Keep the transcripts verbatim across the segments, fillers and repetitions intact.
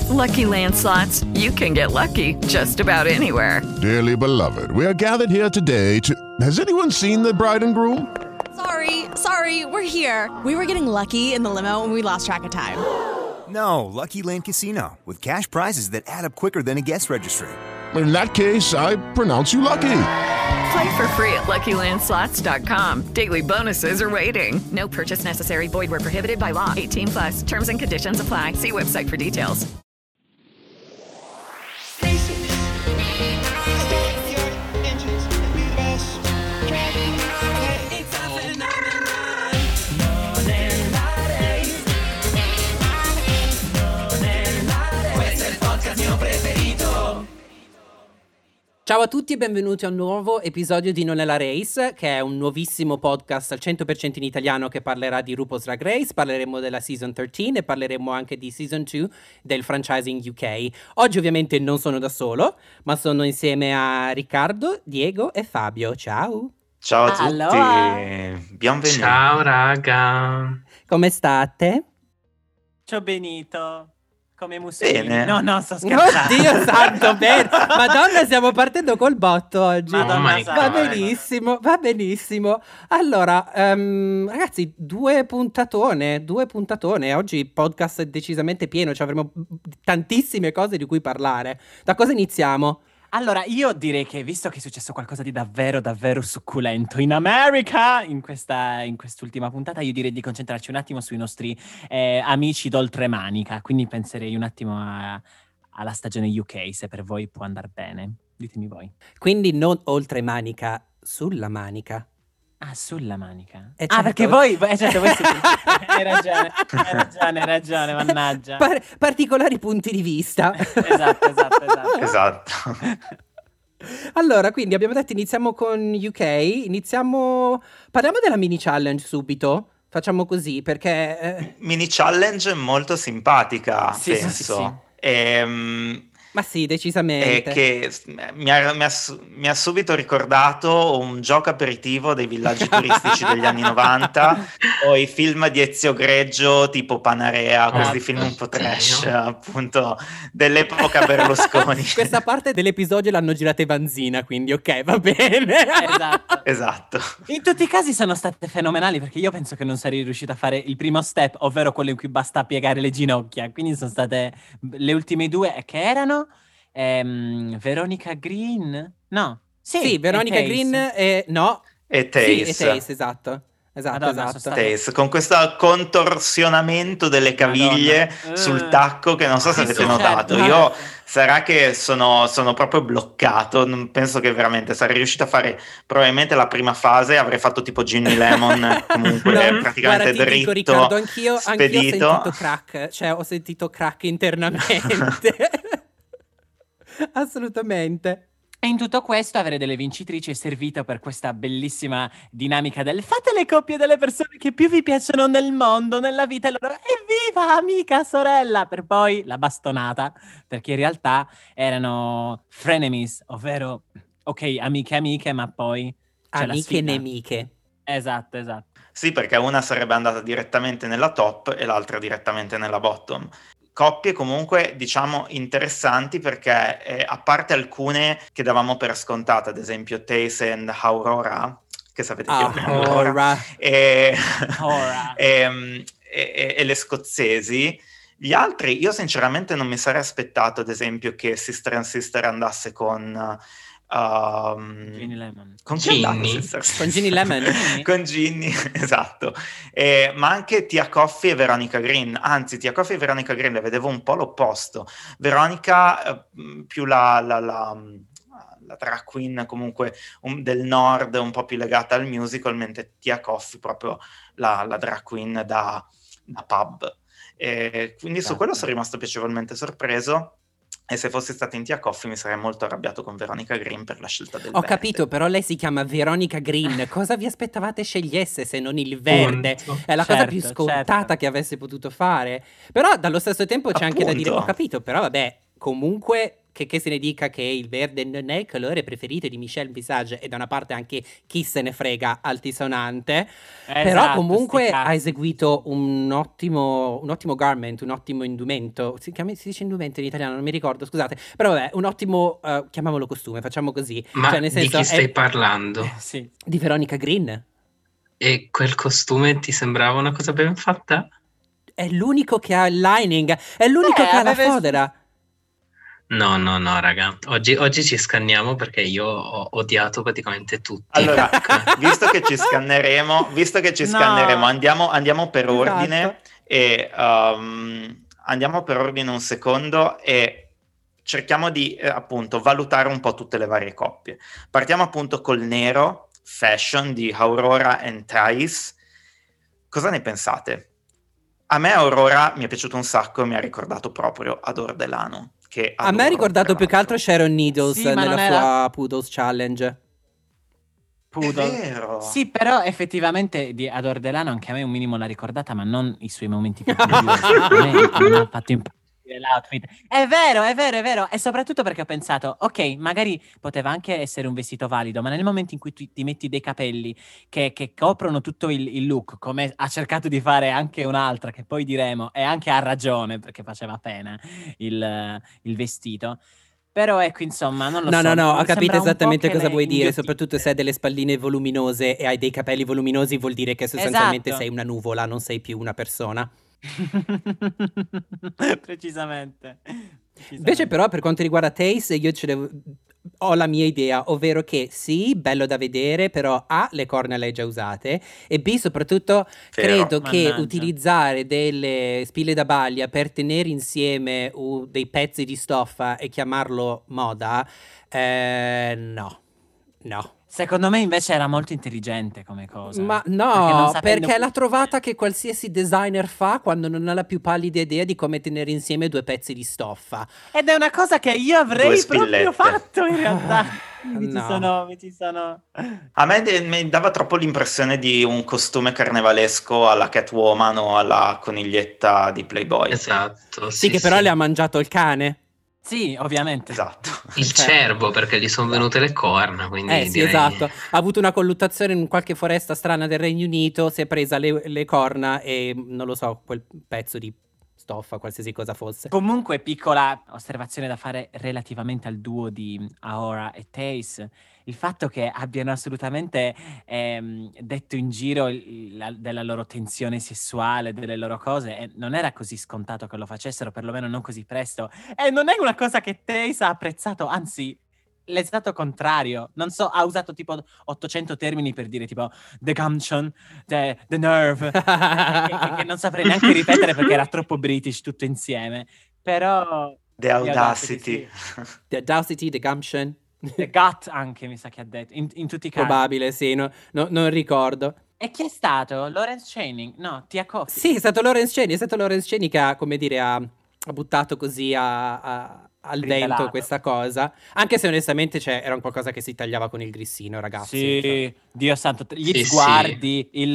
Lucky Land Slots, you can get lucky just about anywhere. Dearly beloved, we are gathered here today to... Has anyone seen the bride and groom? Sorry, sorry, we're here. We were getting lucky in the limo and we lost track of time. No, Lucky Land Casino, with cash prizes that add up quicker than a guest registry. In that case, I pronounce you lucky. Play for free at Lucky Land Slots dot com. Daily bonuses are waiting. No purchase necessary. Void where prohibited by law. eighteen plus. Terms and conditions apply. See website for details. Ciao a tutti e benvenuti a un nuovo episodio di Non è la Race, che è un nuovissimo podcast al cento per cento in italiano che parlerà di RuPaul's Drag Race. Parleremo della Season tredici e parleremo anche di Season due del franchising U K. Oggi ovviamente non sono da solo, ma sono insieme a Riccardo, Diego e Fabio. Ciao! Ciao a Allora. tutti, bienvenuti. Ciao raga. Come state? Ciao Benito. Come Mussolini. Bene. No, no, sto scherzando. Oddio santo, bene. Madonna, stiamo partendo col botto oggi. Madonna Oh my santa. Va God. benissimo, va benissimo. Allora, ehm, ragazzi, due puntatone, due puntatone. Oggi il podcast è decisamente pieno, cioè avremo tantissime cose di cui parlare. Da cosa iniziamo? Allora, io direi che visto che è successo qualcosa di davvero, davvero succulento in America, in questa, in quest'ultima puntata, io direi di concentrarci un attimo sui nostri eh, amici d'oltremanica. Quindi penserei un attimo a- alla stagione U K, se per voi può andare bene. Ditemi voi. Quindi non oltre manica, sulla manica. Ah, sulla manica. Eh, Ah, certo. perché voi, eh, certo, voi siete... hai ragione, hai ragione, hai ragione, mannaggia. Par- particolari punti di vista. Esatto, esatto, esatto. Esatto. Allora, quindi abbiamo detto iniziamo con U K, iniziamo... Parliamo della mini challenge subito, facciamo così, perché... eh, Mini challenge molto simpatica, Sì, sì, penso. sì, sì. Ehm, ma sì, e decisamente. che s- mi ha, mi ha su- mi ha subito ricordato un gioco aperitivo dei villaggi turistici degli anni novanta o i film di Ezio Greggio tipo Panarea, questi Oh, film un po' Dio. trash, appunto, dell'epoca Berlusconi. Questa parte dell'episodio l'hanno girata Vanzina, quindi ok, va bene. Esatto. Esatto. In tutti i casi sono state fenomenali, perché io penso che non sarei riuscita a fare il primo step, ovvero quello in cui basta piegare le ginocchia. Quindi sono state le ultime due che erano ehm, Veronica Green? No. Sì, Sì, e Veronica Taze. Green e... no, E sì, Taze. e Taze, esatto. Esatto, Madonna, sono esatto. state- Taze, con questo contorsionamento delle caviglie Madonna. sul Eh. tacco che non so se Sì, avete sì, notato. certo. Io sarà che sono, sono proprio bloccato, non penso che veramente sarei riuscito a fare probabilmente la prima fase, avrei fatto tipo Ginny Lemon, comunque No, praticamente guarda, ti dico, dritto, Riccardo, anch'io, anch'io ho spedito. sentito crack, cioè ho sentito crack internamente. Assolutamente. E in tutto questo avere delle vincitrici è servito per questa bellissima dinamica del fate le coppie delle persone che più vi piacciono nel mondo, nella vita, e loro evviva amica, sorella, per poi la bastonata, perché in realtà erano frenemies, ovvero ok, amiche amiche, ma poi c'è la Amiche e sfida. nemiche. Esatto, esatto. Sì, perché una sarebbe andata direttamente nella top e l'altra direttamente nella bottom. Coppie comunque diciamo interessanti perché eh, a parte alcune che davamo per scontate, ad esempio Taze and Aurora, che sapete chi è Aurora, Aurora. e, Aurora. e, e- e le scozzesi. Gli altri, io sinceramente non mi sarei aspettato, ad esempio, che Sister and Sister andasse con... Um, Ginny Lemon. con chi è andato Ginny. Sister Con Ginny Lemon. con Ginny, esatto. Eh, ma anche Tia Coffee e Veronica Green, anzi Tia Coffee e Veronica Green le vedevo un po' l'opposto. Veronica eh, più la, la, la, la drag queen comunque un- del nord, un po' più legata al musical, mentre Tia Coffee proprio la, la drag queen da, da pub. Eh, quindi su Esatto. quello sono rimasto piacevolmente sorpreso. E se fossi stata in Tia Coffee mi sarei molto arrabbiato con Veronica Green per la scelta del Ho verde. capito, però lei si chiama Veronica Green. Cosa vi aspettavate scegliesse se non il verde? Punto. È la cosa Certo, più scontata certo. che avesse potuto fare. Però dallo stesso tempo c'è anche da dire, ho Appunto. capito, però vabbè, comunque che, che se ne dica che il verde non è il colore preferito di Michelle Visage, e da una parte anche chi se ne frega, altisonante. Esatto, Però comunque sti ha cazzi. eseguito un ottimo, un ottimo garment, un ottimo indumento. Si, chiama- si dice indumento in italiano, non mi ricordo, scusate. Però vabbè, un ottimo, eh, chiamiamolo costume, facciamo così. Ma Cioè, nel di senso, chi stai è parlando? Sì. di Veronica Green. E quel costume ti sembrava una cosa ben fatta? È l'unico che ha il lining, è l'unico Eh, che ha la aveva- fodera. No, no, no, raga. Oggi, oggi ci scanniamo perché io ho odiato praticamente tutti. Allora, visto che ci scanneremo, visto che ci No. scanneremo, andiamo, andiamo per Esatto. ordine e um, andiamo per ordine un secondo e cerchiamo di eh, appunto valutare un po' tutte le varie coppie. Partiamo appunto col nero fashion di Aurora and Thais. Cosa ne pensate? A me Aurora mi è piaciuto un sacco, mi ha ricordato proprio Adore Delano. Che A me ha adoro, ricordato tra più che altro l'altro. Sharon Needles Sì, ma nella non era- sua Poodles Challenge. Poodle. È vero. Sì, però effettivamente di Adore Delano anche a me un minimo l'ha ricordata, ma non i suoi momenti più curiosi. A me non ha fatto impazzire l'outfit. È vero, è vero, è vero. E soprattutto perché ho pensato, ok, magari poteva anche essere un vestito valido, ma nel momento in cui tu ti metti dei capelli che, che coprono tutto il, il look, come ha cercato di fare anche un'altra, che poi diremo, e anche ha ragione, perché faceva pena il, il vestito. Però ecco, insomma, non lo No, so. no, no, mi ho capito sembra un po' esattamente che cosa le vuoi dire, inghiottisse. soprattutto se hai delle spalline voluminose e hai dei capelli voluminosi, vuol dire che sostanzialmente Esatto. sei una nuvola, non sei più una persona. Precisamente. Invece però per quanto riguarda Taste io ce ne- ho la mia idea, ovvero che sì, bello da vedere, però A, le corna le hai già usate, e B, soprattutto Vero. credo che Mannaggia. utilizzare delle spille da baglia per tenere insieme uh, dei pezzi di stoffa e chiamarlo moda, eh, no, no. Secondo me invece era molto intelligente come cosa. Ma Perché no, non perché, sapendo- è la trovata che qualsiasi designer fa quando non ha la più pallida idea di come tenere insieme due pezzi di stoffa. Ed è una cosa che io Due avrei spillette. proprio fatto in realtà. Mi ci No. sono, mi ci sono. A me de- mi dava troppo l'impressione di un costume carnevalesco alla Catwoman o alla coniglietta di Playboy. Esatto. Sì, che però le ha mangiato il cane. Sì, ovviamente. Esatto. Il Cioè- cervo, perché gli sono venute le corna, quindi Eh sì, direi- esatto. Ha avuto una colluttazione in qualche foresta strana del Regno Unito, si è presa le, le corna e non lo so, quel pezzo di stoffa, qualsiasi cosa fosse. Comunque, piccola osservazione da fare relativamente al duo di Aora e Tace. Il fatto che abbiano assolutamente ehm, detto in giro il- la- della loro tensione sessuale, delle loro cose, e non era così scontato che lo facessero, perlomeno non così presto. E non è una cosa che Tace ha apprezzato, anzi, l'esatto contrario. Non so, ha usato tipo ottocento termini per dire tipo the gumption, the, the nerve, che, che- che non saprei neanche ripetere perché era troppo British tutto insieme. Però... The Audacity. The audacity, the gumption. The gut anche mi sa che ha detto, in, in tutti i casi. Probabile, sì, no- no- non ricordo. E chi è stato? Lawrence Channing? No, Tia Coffey. Sì, è stato Lawrence Cheney, è stato Lawrence Cheney che ha, come dire, ha, ha buttato così a- a- al Rivelato. vento questa cosa. Anche se onestamente cioè, era un qualcosa che si tagliava con il grissino, ragazzi. Cioè, Sì, Dio santo, gli Sì, sguardi, il...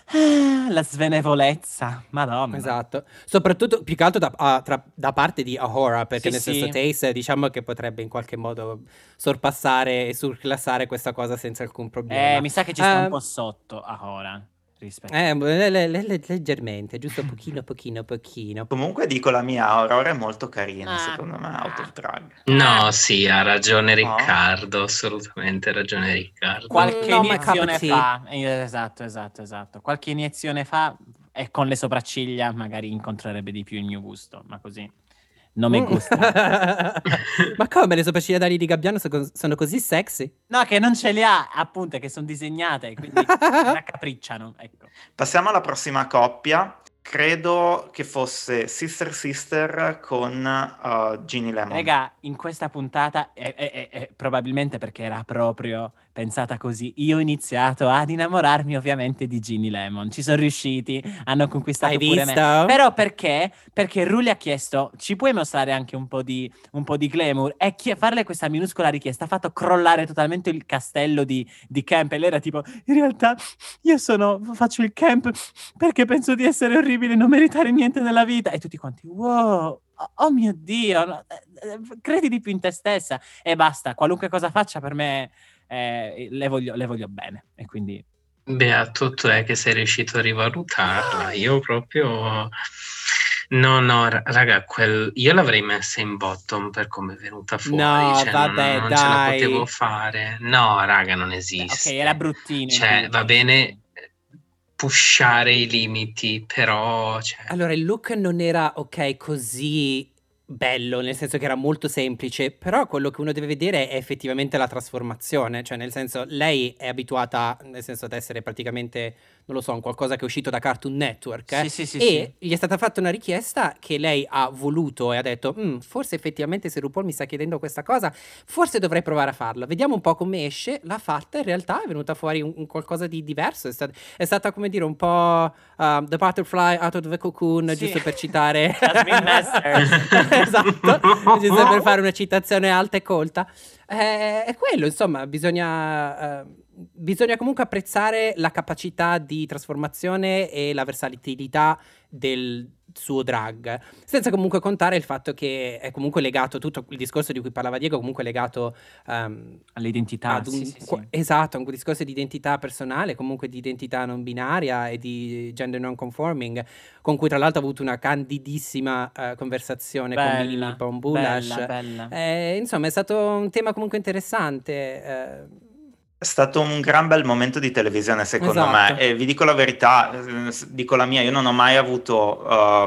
la svenevolezza, madonna. esatto. Soprattutto, più che altro da, ah, tra- da parte di Ahura, perché Sì, nel sì. senso Tace diciamo che potrebbe in qualche modo sorpassare e surclassare questa cosa senza alcun problema. Eh, mi sa che ci sta Eh, un po' sotto a ora rispetto. Eh, le- le- le- le- leggermente, giusto pochino, pochino, pochino. Comunque dico la mia Aurora è molto carina, Ah. secondo me, out of drag. No, sì, ha ragione No? Riccardo, assolutamente ragione Riccardo. Qualche No, my cup iniezione of tea. fa, eh, esatto, esatto, esatto. Qualche iniezione fa e con le sopracciglia magari incontrerebbe di più il mio gusto, ma così non mi gusta. Ma come le sopracciglia d'ali di Gabbiano sono, sono così sexy? No, che non ce le ha, appunto, che sono disegnate, quindi si raccapricciano, ecco. Passiamo alla prossima coppia. Credo che fosse Sister Sister con uh, Ginny Lemon. Raga, in questa puntata, e, e- e- e probabilmente perché era proprio pensata così, io ho iniziato ad innamorarmi ovviamente di Ginny Lemon. Ci sono riusciti, hanno conquistato Hai pure visto? me. Però perché? Perché Ru le ha chiesto, ci puoi mostrare anche un po' di, un po' di glamour? E chi- farle questa minuscola richiesta ha fatto crollare totalmente il castello di, di camp. E lei era tipo, in realtà io sono, faccio il camp perché penso di essere orribile, non meritare niente nella vita. E tutti quanti, wow, oh, oh mio Dio, no, eh, eh, credi di più in te stessa e basta, qualunque cosa faccia per me eh, le, voglio, le voglio bene e quindi... Beato tu è che sei riuscito a rivalutarla, io proprio... No, no, ra- raga, quel... io l'avrei messa in bottom per come è venuta fuori, No, cioè non, vabbè, non ce la dai. potevo fare. No, raga, non Ok, esiste. era bruttino. in Cioè, tutto, va sì. bene pushare i limiti, però... Cioè... Allora, il look non era, ok, così bello, nel senso che era molto semplice, però quello che uno deve vedere è effettivamente la trasformazione, cioè nel senso, lei è abituata, nel senso, ad essere praticamente, non lo so, un qualcosa che è uscito da Cartoon Network, eh, Sì, sì, sì, e sì. gli è stata fatta una richiesta che lei ha voluto e ha detto, "Mm, forse effettivamente se RuPaul mi sta chiedendo questa cosa, forse dovrei provare a farlo, vediamo un po' come esce", l'ha fatta, in realtà è venuta fuori un, un qualcosa di diverso, è, stat- è stata come dire un po' um, The Butterfly Out of the Cocoon, Sì. giusto per citare Jasmine Masters. esatto, giusto per fare una citazione alta e colta. Eh, è quello, insomma, bisogna, eh, bisogna comunque apprezzare la capacità di trasformazione e la versatilità del suo drag, senza comunque contare il fatto che è comunque legato, tutto il discorso di cui parlava Diego, comunque legato ehm, All'identità, ad un, sì, sì, qua- sì. esatto, a un discorso di identità personale, comunque di identità non binaria e di gender non conforming, con cui tra l'altro ho avuto una candidissima eh, conversazione con Mini Bella, Milpon Bulash. bella, bella. Eh, insomma, è stato un tema comunque interessante. eh, È stato un gran bel momento di televisione, secondo Esatto. me, e vi dico la verità, eh, s- dico la mia, io non ho mai avuto,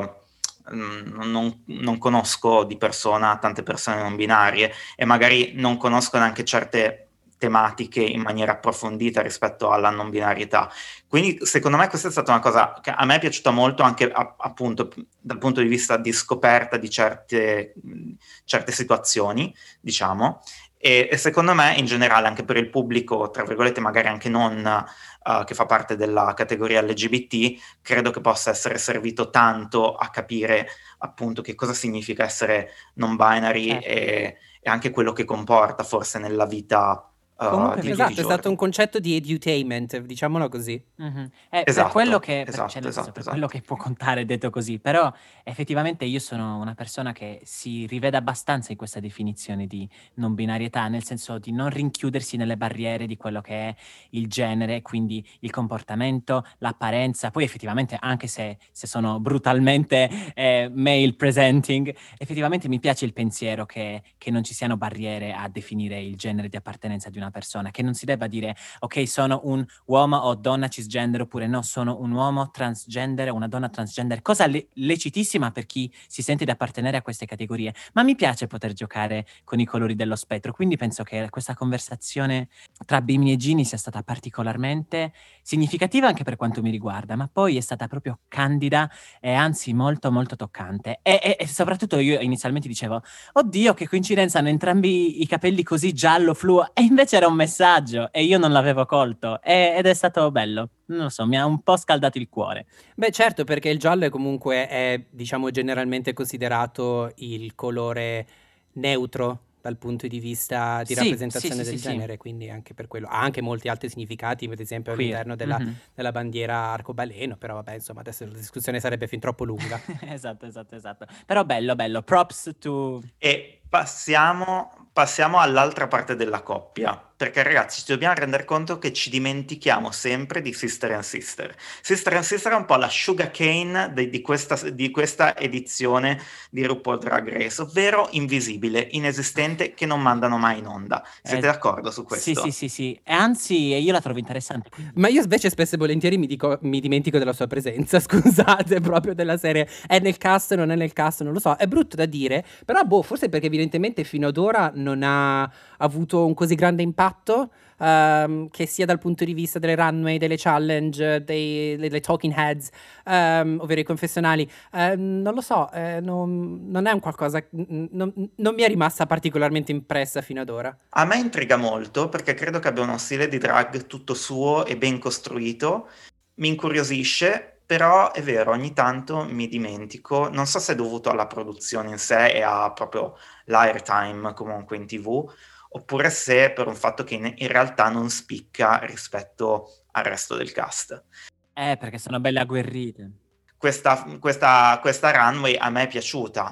uh, mm, non, non conosco di persona tante persone non binarie e magari non conosco neanche certe tematiche in maniera approfondita rispetto alla non binarietà. Quindi secondo me questa è stata una cosa che a me è piaciuta molto anche a- appunto p- dal punto di vista di scoperta di certe, mh, certe situazioni, diciamo. E, e secondo me, in generale, anche per il pubblico, tra virgolette, magari anche non uh, che fa parte della categoria L G B T, credo che possa essere servito tanto a capire appunto che cosa significa essere non binary Certo. e, e anche quello che comporta forse nella vita uh, Comunque di vedi- tutti Esatto, i è stato un giorni. concetto di edutainment, diciamolo così. Mhm. Eh, per Esatto, quello che, per, esatto, cioè, nel senso, esatto, per esatto. quello che può contare detto così, però effettivamente io sono una persona che si rivede abbastanza in questa definizione di non binarietà, nel senso di non rinchiudersi nelle barriere di quello che è il genere, quindi il comportamento, l'apparenza, poi effettivamente anche se, se sono brutalmente eh, male presenting, effettivamente mi piace il pensiero che, che non ci siano barriere a definire il genere di appartenenza di una persona, che non si debba dire ok, sono un uomo o donna cisgender, oppure no, sono un uomo transgender o una donna transgender, cosa le- lecitissima per chi si sente di appartenere a queste categorie, ma mi piace poter giocare con i colori dello spettro, quindi penso che questa conversazione tra Bimini e Gini sia stata particolarmente significativa anche per quanto mi riguarda, ma poi è stata proprio candida e anzi molto molto toccante e, e- e soprattutto io inizialmente dicevo oddio che coincidenza, hanno entrambi i capelli così giallo fluo e invece era un messaggio e io non l'avevo colto e- ed è stato bello, non lo so, mi ha un po' scaldato il cuore. Beh, certo, perché il giallo è comunque è, diciamo, generalmente considerato il colore neutro dal punto di vista di Sì, rappresentazione sì, sì, del sì, sì. genere, quindi anche per quello ha anche molti altri significati, per esempio Queer. all'interno della, Mhm. della bandiera arcobaleno, però vabbè, insomma, adesso la discussione sarebbe fin troppo lunga. Esatto, esatto, esatto. Però bello, bello. Props to... E passiamo, passiamo all'altra parte della coppia, perché ragazzi ci dobbiamo rendere conto che ci dimentichiamo sempre di Sister and Sister. Sister and Sister è un po' la sugar cane di, di, questa, di questa edizione di RuPaul Drag Race, ovvero invisibile, inesistente, che non mandano mai in onda. Siete Eh, d'accordo su questo? Sì, sì, sì, sì. E anzi, io la trovo interessante. Ma io invece spesso e volentieri mi, dico, mi dimentico della sua presenza, scusate, proprio della serie. È nel cast, non è nel cast, non lo so. È brutto da dire, però boh, forse perché evidentemente fino ad ora non ha avuto un così grande impatto, ehm, che sia dal punto di vista delle runway, delle challenge, dei, delle talking heads, ehm, ovvero i confessionali. Ehm, non lo so, eh, non, non è un qualcosa, n- non, non mi è rimasta particolarmente impressa fino ad ora. A me intriga molto perché credo che abbia uno stile di drag tutto suo e ben costruito, mi incuriosisce, però è vero, ogni tanto mi dimentico, non so se è dovuto alla produzione in sé e a proprio l'airtime comunque in tivù, oppure se è per un fatto che in, in realtà non spicca rispetto al resto del cast. Eh, perché sono belle agguerrite. Questa, questa, questa runway a me è piaciuta,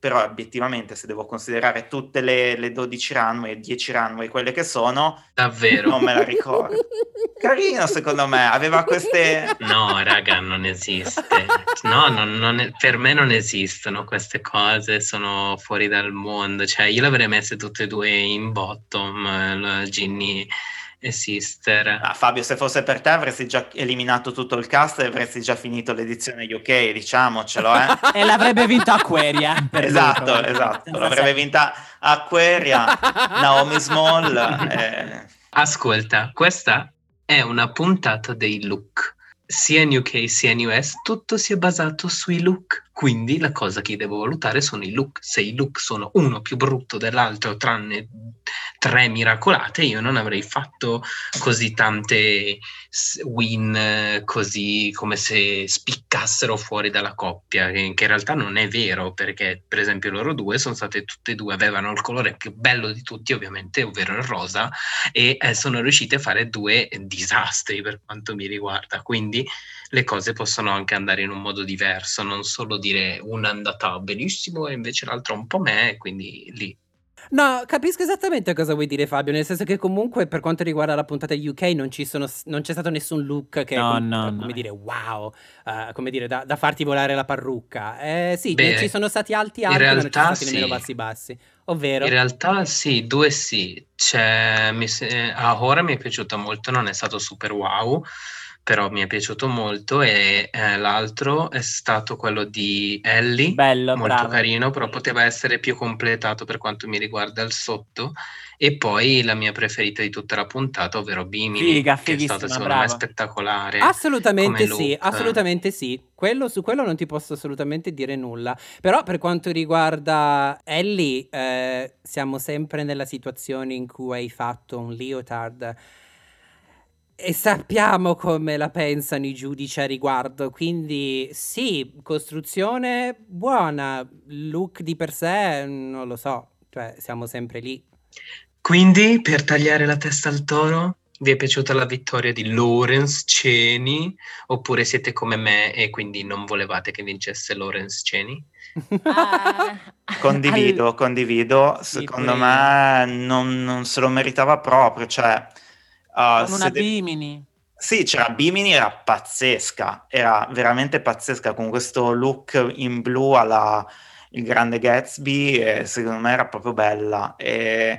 però obiettivamente se devo considerare tutte le, le dodici runway, dieci runway, quelle che sono, davvero non me la ricordo. Carino secondo me, aveva queste... No, raga, non esiste. No, non, non è- per me non esistono queste cose, sono fuori dal mondo. Cioè, io le avrei messe tutte e due in bottom, eh, la Ginny e Sister. Ah, Fabio, se fosse per te avresti già eliminato tutto il cast e avresti già finito l'edizione U K, diciamocelo, eh? E l'avrebbe vinto Aquaria. per lui, Esatto, probabilmente. esatto, Senza l'avrebbe senso. vinta Aquaria, Naomi Small, eh, Ascolta, questa è una puntata dei look. Sia in U K sia in U S tutto si è basato sui look. Quindi la cosa che devo valutare sono i look. Se i look sono uno più brutto dell'altro, tranne tre miracolate, io non avrei fatto così tante s- win, eh, così come se spiccassero fuori dalla coppia, che, che in realtà non è vero, perché per esempio loro due sono state tutte e due, avevano il colore più bello di tutti ovviamente, ovvero il rosa, e eh, sono riusciti a fare due disastri per quanto mi riguarda. Quindi le cose possono anche andare in un modo diverso, non solo dire una è andata benissimo e invece l'altra un po' me, quindi lì. No, capisco esattamente cosa vuoi dire, Fabio, nel senso che comunque per quanto riguarda la puntata U K non ci sono, non c'è stato nessun look che, No, com- no, eh, no. come dire, wow, eh, come dire, da, da farti volare la parrucca. Eh, sì, Beh, ci sono stati alti in alti, ma non ci sono realtà stati nemmeno sì. bassi bassi, ovvero... In realtà sì, due sì. C'è, mi, se- eh, a ora mi è piaciuta molto, non è stato super wow, però mi è piaciuto molto e eh, l'altro è stato quello di Ellie, Bello, molto bravo. carino, però poteva essere più completato per quanto mi riguarda il sotto. E poi la mia preferita di tutta la puntata, ovvero Bimini, Figa, che è stata fighissima, secondo me bravo. spettacolare Assolutamente come sì, look. assolutamente sì. Quello, su quello non ti posso assolutamente dire nulla. Però per quanto riguarda Ellie, eh, siamo sempre nella situazione in cui hai fatto un leotard e sappiamo come la pensano i giudici a riguardo. Quindi sì, costruzione buona, look di per sé non lo so, cioè siamo sempre lì. Quindi, per tagliare la testa al toro, vi è piaciuta la vittoria di Lawrence Cheney? Oppure siete come me e quindi non volevate che vincesse Lawrence Cheney? Ah, condivido, al- condivido, Sì, secondo pure io. me non, non se lo meritava proprio, cioè... uh, Con se una de- Bimini. Sì, c'era Bimini, era pazzesca, era veramente pazzesca con questo look in blu alla il grande Gatsby, e secondo me era proprio bella. E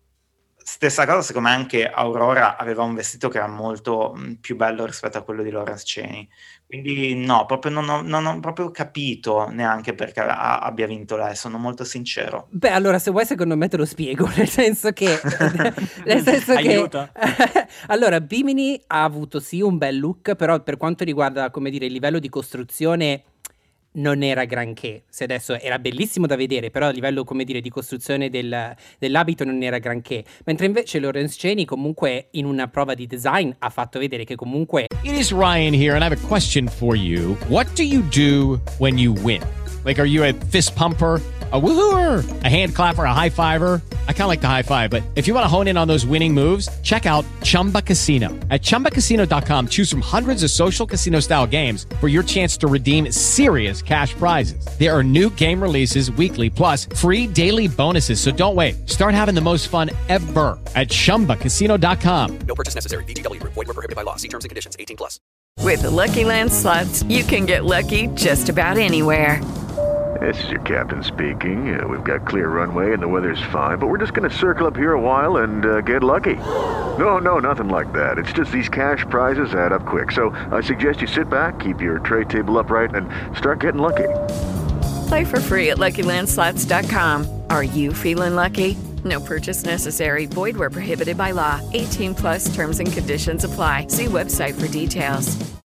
stessa cosa, secondo me anche Aurora aveva un vestito che era molto mh, più bello rispetto a quello di Lawrence Cheney. Quindi no, proprio non ho, non ho proprio capito neanche perché a- abbia vinto lei, sono molto sincero. Beh, allora, se vuoi, secondo me te lo spiego, nel senso che, nel senso che, Aiuto. allora, Bimini ha avuto sì un bel look, però per quanto riguarda, come dire, il livello di costruzione non era granché. Se adesso era bellissimo da vedere, però a livello, come dire, di costruzione del- dell'abito non era granché. Mentre invece Lawrence Cheney comunque in una prova di design ha fatto vedere che comunque It is Ryan here, and I have a question for you. What do you do when you win? Like, are you a fist pumper, a woohooer, a hand clapper, a high fiver? I kind of like the high five, but if you want to hone in on those winning moves, check out Chumba Casino. At chumba casino dot com, choose from hundreds of social casino style games for your chance to redeem serious cash prizes. There are new game releases weekly, plus free daily bonuses. So don't wait. Start having the most fun ever at chumba casino dot com. No purchase necessary. V G W Group. Void where prohibited by law. See terms and conditions. eighteen plus. With the Lucky Land Slots, you can get lucky just about anywhere. This is your captain speaking. Uh, we've got clear runway and the weather's fine, but we're just going to circle up here a while and uh, get lucky. No, no, nothing like that. It's just these cash prizes add up quick. So I suggest you sit back, keep your tray table upright, and start getting lucky. Play for free at lucky land slots dot com. Are you feeling lucky? No purchase necessary. Void where prohibited by law. eighteen plus terms and conditions apply. See website for details.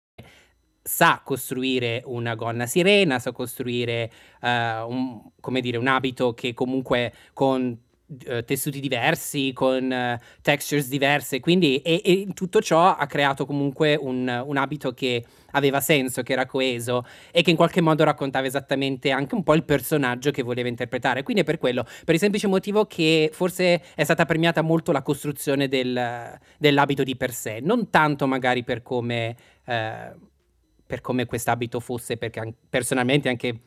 sa costruire una gonna sirena, sa costruire eh, un, come dire, un abito che comunque con eh, tessuti diversi, con eh, textures diverse, quindi e, e tutto ciò ha creato comunque un, un abito che aveva senso, che era coeso e che in qualche modo raccontava esattamente anche un po' il personaggio che voleva interpretare. Quindi è per quello, per il semplice motivo che forse è stata premiata molto la costruzione del, dell'abito di per sé, non tanto magari per come... Eh, per come quest'abito fosse, perché an- personalmente anche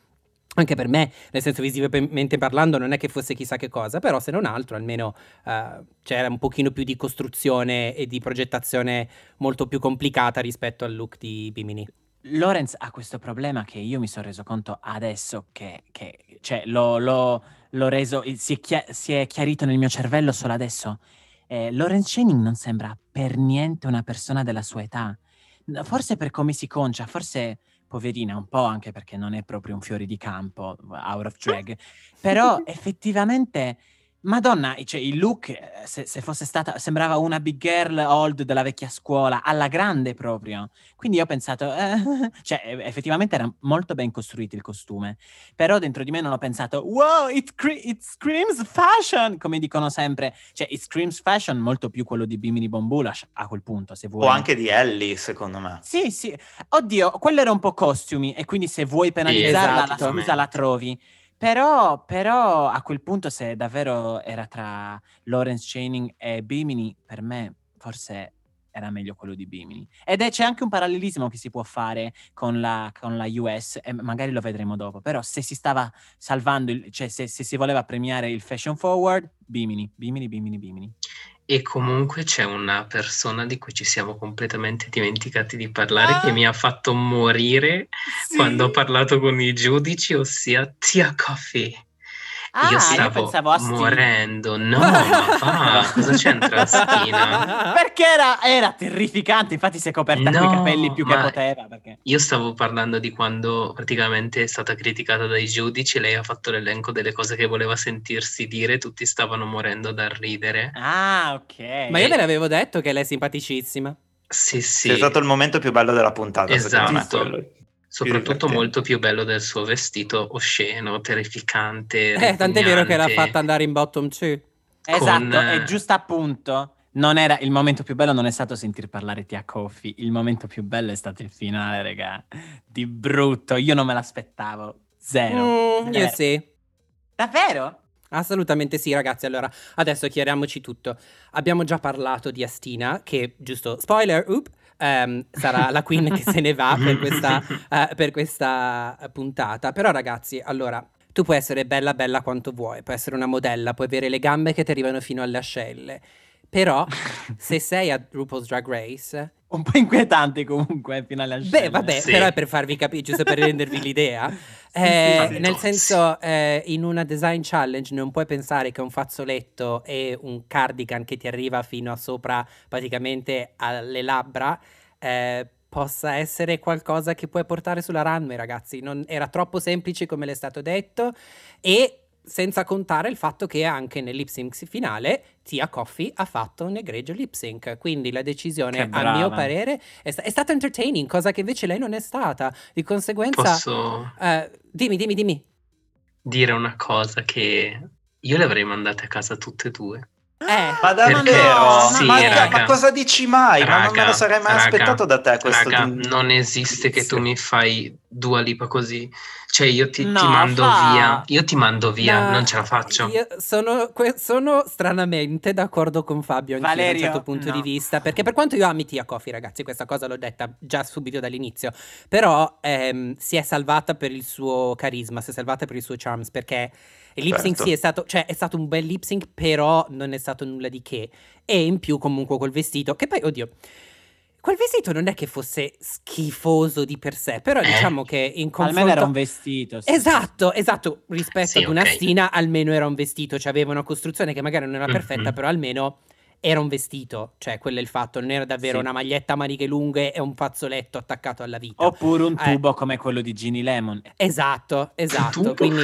Anche per me, nel senso visivamente parlando, non è che fosse chissà che cosa, però se non altro almeno uh, c'era un pochino più di costruzione e di progettazione molto più complicata rispetto al look di Bimini. Lawrence ha questo problema che io mi sono reso conto adesso che, che cioè l'ho, l'ho, l'ho reso, si è, chia- si è chiarito nel mio cervello solo adesso. Eh, Lawrence Channing non sembra per niente una persona della sua età, forse per come si concia, forse poverina un po' anche perché non è proprio un fiore di campo, out of drag, però effettivamente Madonna, cioè il look, se, se fosse stata, sembrava una big girl old della vecchia scuola, alla grande proprio. Quindi io ho pensato, eh, cioè effettivamente era molto ben costruito il costume, però dentro di me non ho pensato, wow, it, cre- it screams fashion, come dicono sempre. Cioè, it screams fashion molto più quello di Bimini Bombulash a quel punto, se vuoi. O anche di Ellie, secondo me. Sì, sì. Oddio, quello era un po' costumi, e quindi se vuoi penalizzarla, Esatto. la scusa la trovi. Però, però a quel punto, se davvero era tra Lawrence Channing e Bimini, per me forse era meglio quello di Bimini. Ed è, c'è anche un parallelismo che si può fare con la, con la U S, e magari lo vedremo dopo. Però se si stava salvando, il, cioè se, se si voleva premiare il fashion forward, Bimini, Bimini, Bimini, Bimini. E comunque c'è una persona di cui ci siamo completamente dimenticati di parlare, ah, che mi ha fatto morire sì. quando ho parlato con i giudici, ossia Tia Coffee. Ah, io stavo io pensavo a morendo. No, ma va, cosa c'entra Stina? Perché era, era terrificante, infatti si è coperta no, coi capelli più che poteva. Perché... Io stavo parlando di quando praticamente è stata criticata dai giudici, lei ha fatto l'elenco delle cose che voleva sentirsi dire, tutti stavano morendo dal ridere. Ah, ok. Ma io ve l'avevo detto che lei è simpaticissima. Sì, sì. È stato il momento più bello della puntata, esatto. Me, Soprattutto molto più bello del suo vestito osceno, terrificante. Eh, tant'è vero che l'ha fatta andare in bottom two. Esatto, Con... e giusto appunto, non era il momento più bello, non è stato sentir parlare Tia Coffee. Il momento più bello è stato il finale, raga. Di brutto, io non me l'aspettavo. Zero. Mm, Zero. Io sì. Davvero? Assolutamente sì, ragazzi. Allora, adesso chiariamoci tutto. Abbiamo già parlato di Astina, che, giusto, spoiler, up, um, sarà la queen che se ne va per questa, uh, per questa puntata. Però, ragazzi, allora, tu puoi essere bella bella quanto vuoi, puoi essere una modella, puoi avere le gambe che ti arrivano fino alle ascelle. Però, se sei a RuPaul's Drag Race... Un po' inquietante comunque, fino alle ascelle. Beh, vabbè, sì. però è per farvi capire, giusto per rendervi l'idea. sì, eh, sì, sì, nel sì. senso, eh, in una design challenge non puoi pensare che un fazzoletto e un cardigan che ti arriva fino a sopra, praticamente alle labbra, eh, possa essere qualcosa che puoi portare sulla runway, ragazzi. Non, era troppo semplice come le è stato detto, e... senza contare il fatto che anche nel lip sync finale Tia Coffee ha fatto un egregio lip sync, quindi la decisione a mio parere è, sta- è stata entertaining, cosa che invece lei non è stata, di conseguenza Posso uh, dimmi dimmi dimmi dire una cosa, che io le avrei mandate a casa tutte e due. Eh, ma davvero? Perché, sì, ma, raga, ma cosa dici mai? raga, ma non me lo sarei mai raga, aspettato da te questo raga, di... non esiste che tu mi fai Dua Lipa così. Cioè io ti, No, ti mando fa. via. Io ti mando via, no, non ce la faccio. Io sono, que- sono stranamente d'accordo con Fabio anche da un Valerio, certo punto no. di vista, perché per quanto io ami Tia Coffee, ragazzi, questa cosa l'ho detta già subito dall'inizio, però ehm, si è salvata per il suo carisma, si è salvata per il suo charms, perché il lip sync Certo. sì è stato, cioè è stato un bel lip sync, però non è stato nulla di che, e in più comunque quel vestito, che poi, oddio, quel vestito non è che fosse schifoso di per sé, però Eh. diciamo che in confronto... Almeno era un vestito. sì. Esatto, esatto, rispetto Sì, ad una ok. Stina almeno era un vestito, cioè aveva una costruzione che magari non era Mhm. perfetta, però almeno era un vestito, cioè quello è il fatto, non era davvero Sì. una maglietta a maniche lunghe e un fazzoletto attaccato alla vita. Oppure un Eh. tubo come quello di Ginny Lemon. Esatto, esatto, Tubo? quindi...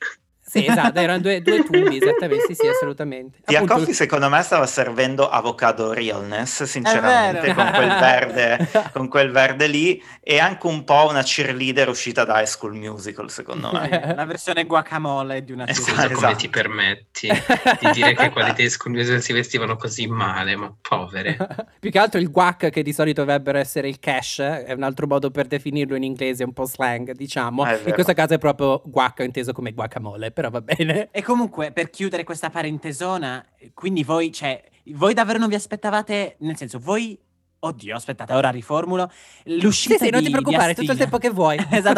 Sì, esatto, erano due, due tubi, esattamente, sì, sì, assolutamente. Tia Appunto- Coffee secondo me stava servendo avocado realness, sinceramente, vero. con quel verde, con quel verde lì, e anche un po' una cheerleader uscita da High School Musical, secondo me. La versione guacamole di una Esatto. Scusa, come esatto. ti permetti di dire che quelli dei School Musical si vestivano così male, ma povere. Più che altro il guac, che di solito dovrebbero essere il cash, è un altro modo per definirlo in inglese, un po' slang, diciamo. Ah, è In vero. questo caso è proprio guac inteso come guacamole, però va bene. E comunque, per chiudere questa parentesona, quindi voi, cioè, voi davvero non vi aspettavate, nel senso, voi Oddio, aspettate, ora riformulo. L'uscita Sì, sì, non ti di- preoccupare, di tutto il Astina. tempo che vuoi. Esatto,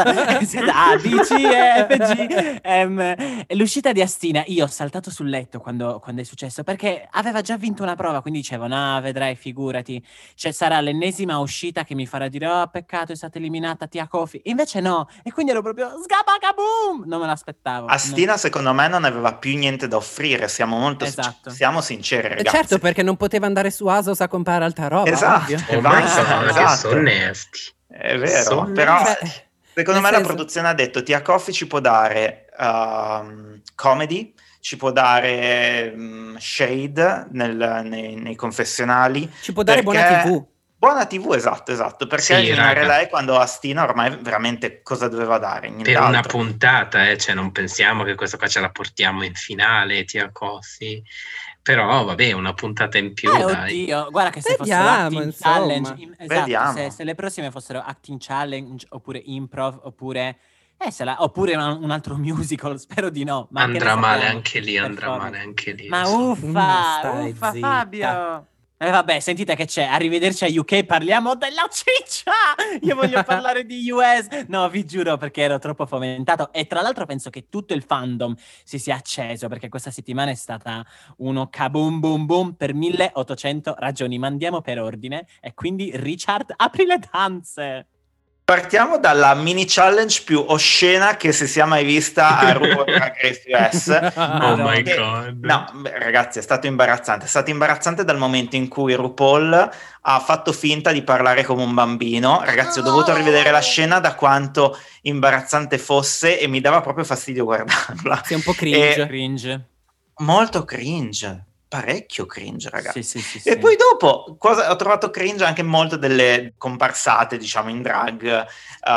A, B, C, E, F, G. Ehm, l'uscita di Astina, io ho saltato sul letto quando, quando è successo, perché aveva già vinto una prova, quindi dicevo, no, vedrai, figurati, cioè sarà l'ennesima uscita che mi farà dire, oh, peccato, è stata eliminata Tia Kofi. Invece no, e quindi ero proprio, sgabagaboom, non me l'aspettavo. Astina secondo me non aveva più niente da offrire, siamo molto Esatto. siamo sinceri, Eh, ragazzi. certo, perché non poteva andare su Asos a comprare altra roba. Esatto, ovvio. Oh vai, my God, che esatto. sono onesti. È vero, Sono però onesti. secondo Nel me la senso- produzione ha detto Tia Kofi ci può dare ehm, comedy, ci può dare mm, shade nel- nei, nei confessionali. Ci può dare perché- buona tivù. Buona tivù, esatto, esatto, perché Sì, eliminare raga. lei quando Astina ormai veramente cosa doveva dare? Per Nient'altro. una puntata, eh, cioè non pensiamo che questa qua ce la portiamo in finale, Tia Kofi. Però vabbè, una puntata in più, Eh, dai. oddio, guarda che se Vediamo, fossero acting insomma. challenge, in- esatto, Vediamo. se, se le prossime fossero acting challenge oppure improv oppure eh, se la- oppure un, un altro musical, spero di no. Ma che ne Andrà male sappiamo? anche lì, andrà Performance. male anche lì. Ma lo so. uffa, Ma stai uffa zitta. Fabio. E vabbè, sentite che c'è, arrivederci a U K, parliamo della ciccia! Io voglio parlare di U S! No, vi giuro, perché ero troppo fomentato. E tra l'altro penso che tutto il fandom si sia acceso, perché questa settimana è stata uno kaboom boom boom per milleottocento ragioni. Ma andiamo per ordine, e quindi Richard, apri le danze! Partiamo dalla mini challenge più oscena che si sia mai vista a RuPaul Drag Race U S. Oh my Che- God. No, beh, ragazzi, è stato imbarazzante. È stato imbarazzante dal momento in cui RuPaul ha fatto finta di parlare come un bambino. Ragazzi, ho dovuto rivedere la scena da quanto imbarazzante fosse e mi dava proprio fastidio guardarla. Sei un po' cringe. E- Cringe. Molto cringe. Parecchio cringe, ragazzi. Sì, sì, sì, E sì. poi dopo cosa, ho trovato cringe anche molto delle comparsate, diciamo, in drag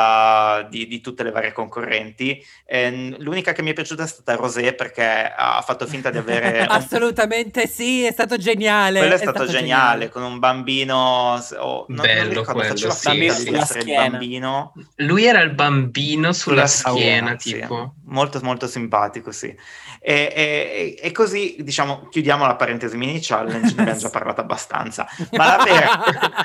uh, di, di tutte le varie concorrenti. E l'unica che mi è piaciuta è stata Rosé perché ha fatto finta di avere... un- Assolutamente sì, è stato geniale. Quello è stato, geniale, con un bambino... Oh, non, non mi Bello ricordo, quello, faceva sì, finta sì. di Sulla essere il schiena. bambino. Lui era il bambino sulla, Sulla schiena, sì. tipo. Molto molto simpatico, sì. E, e- e così, diciamo, chiudiamo la parentesi mini challenge, ne abbiamo già parlato abbastanza. Ma la vera,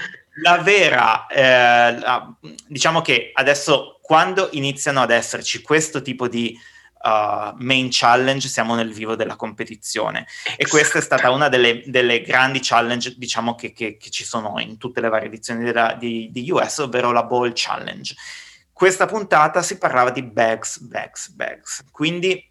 la vera eh, la- diciamo che adesso quando iniziano ad esserci questo tipo di uh, main challenge siamo nel vivo della competizione e questa è stata una delle, delle grandi challenge, diciamo, che, che- che ci sono in tutte le varie edizioni della- di, di U S, ovvero la Ball Challenge. Questa puntata si parlava di bags, bags, bags, quindi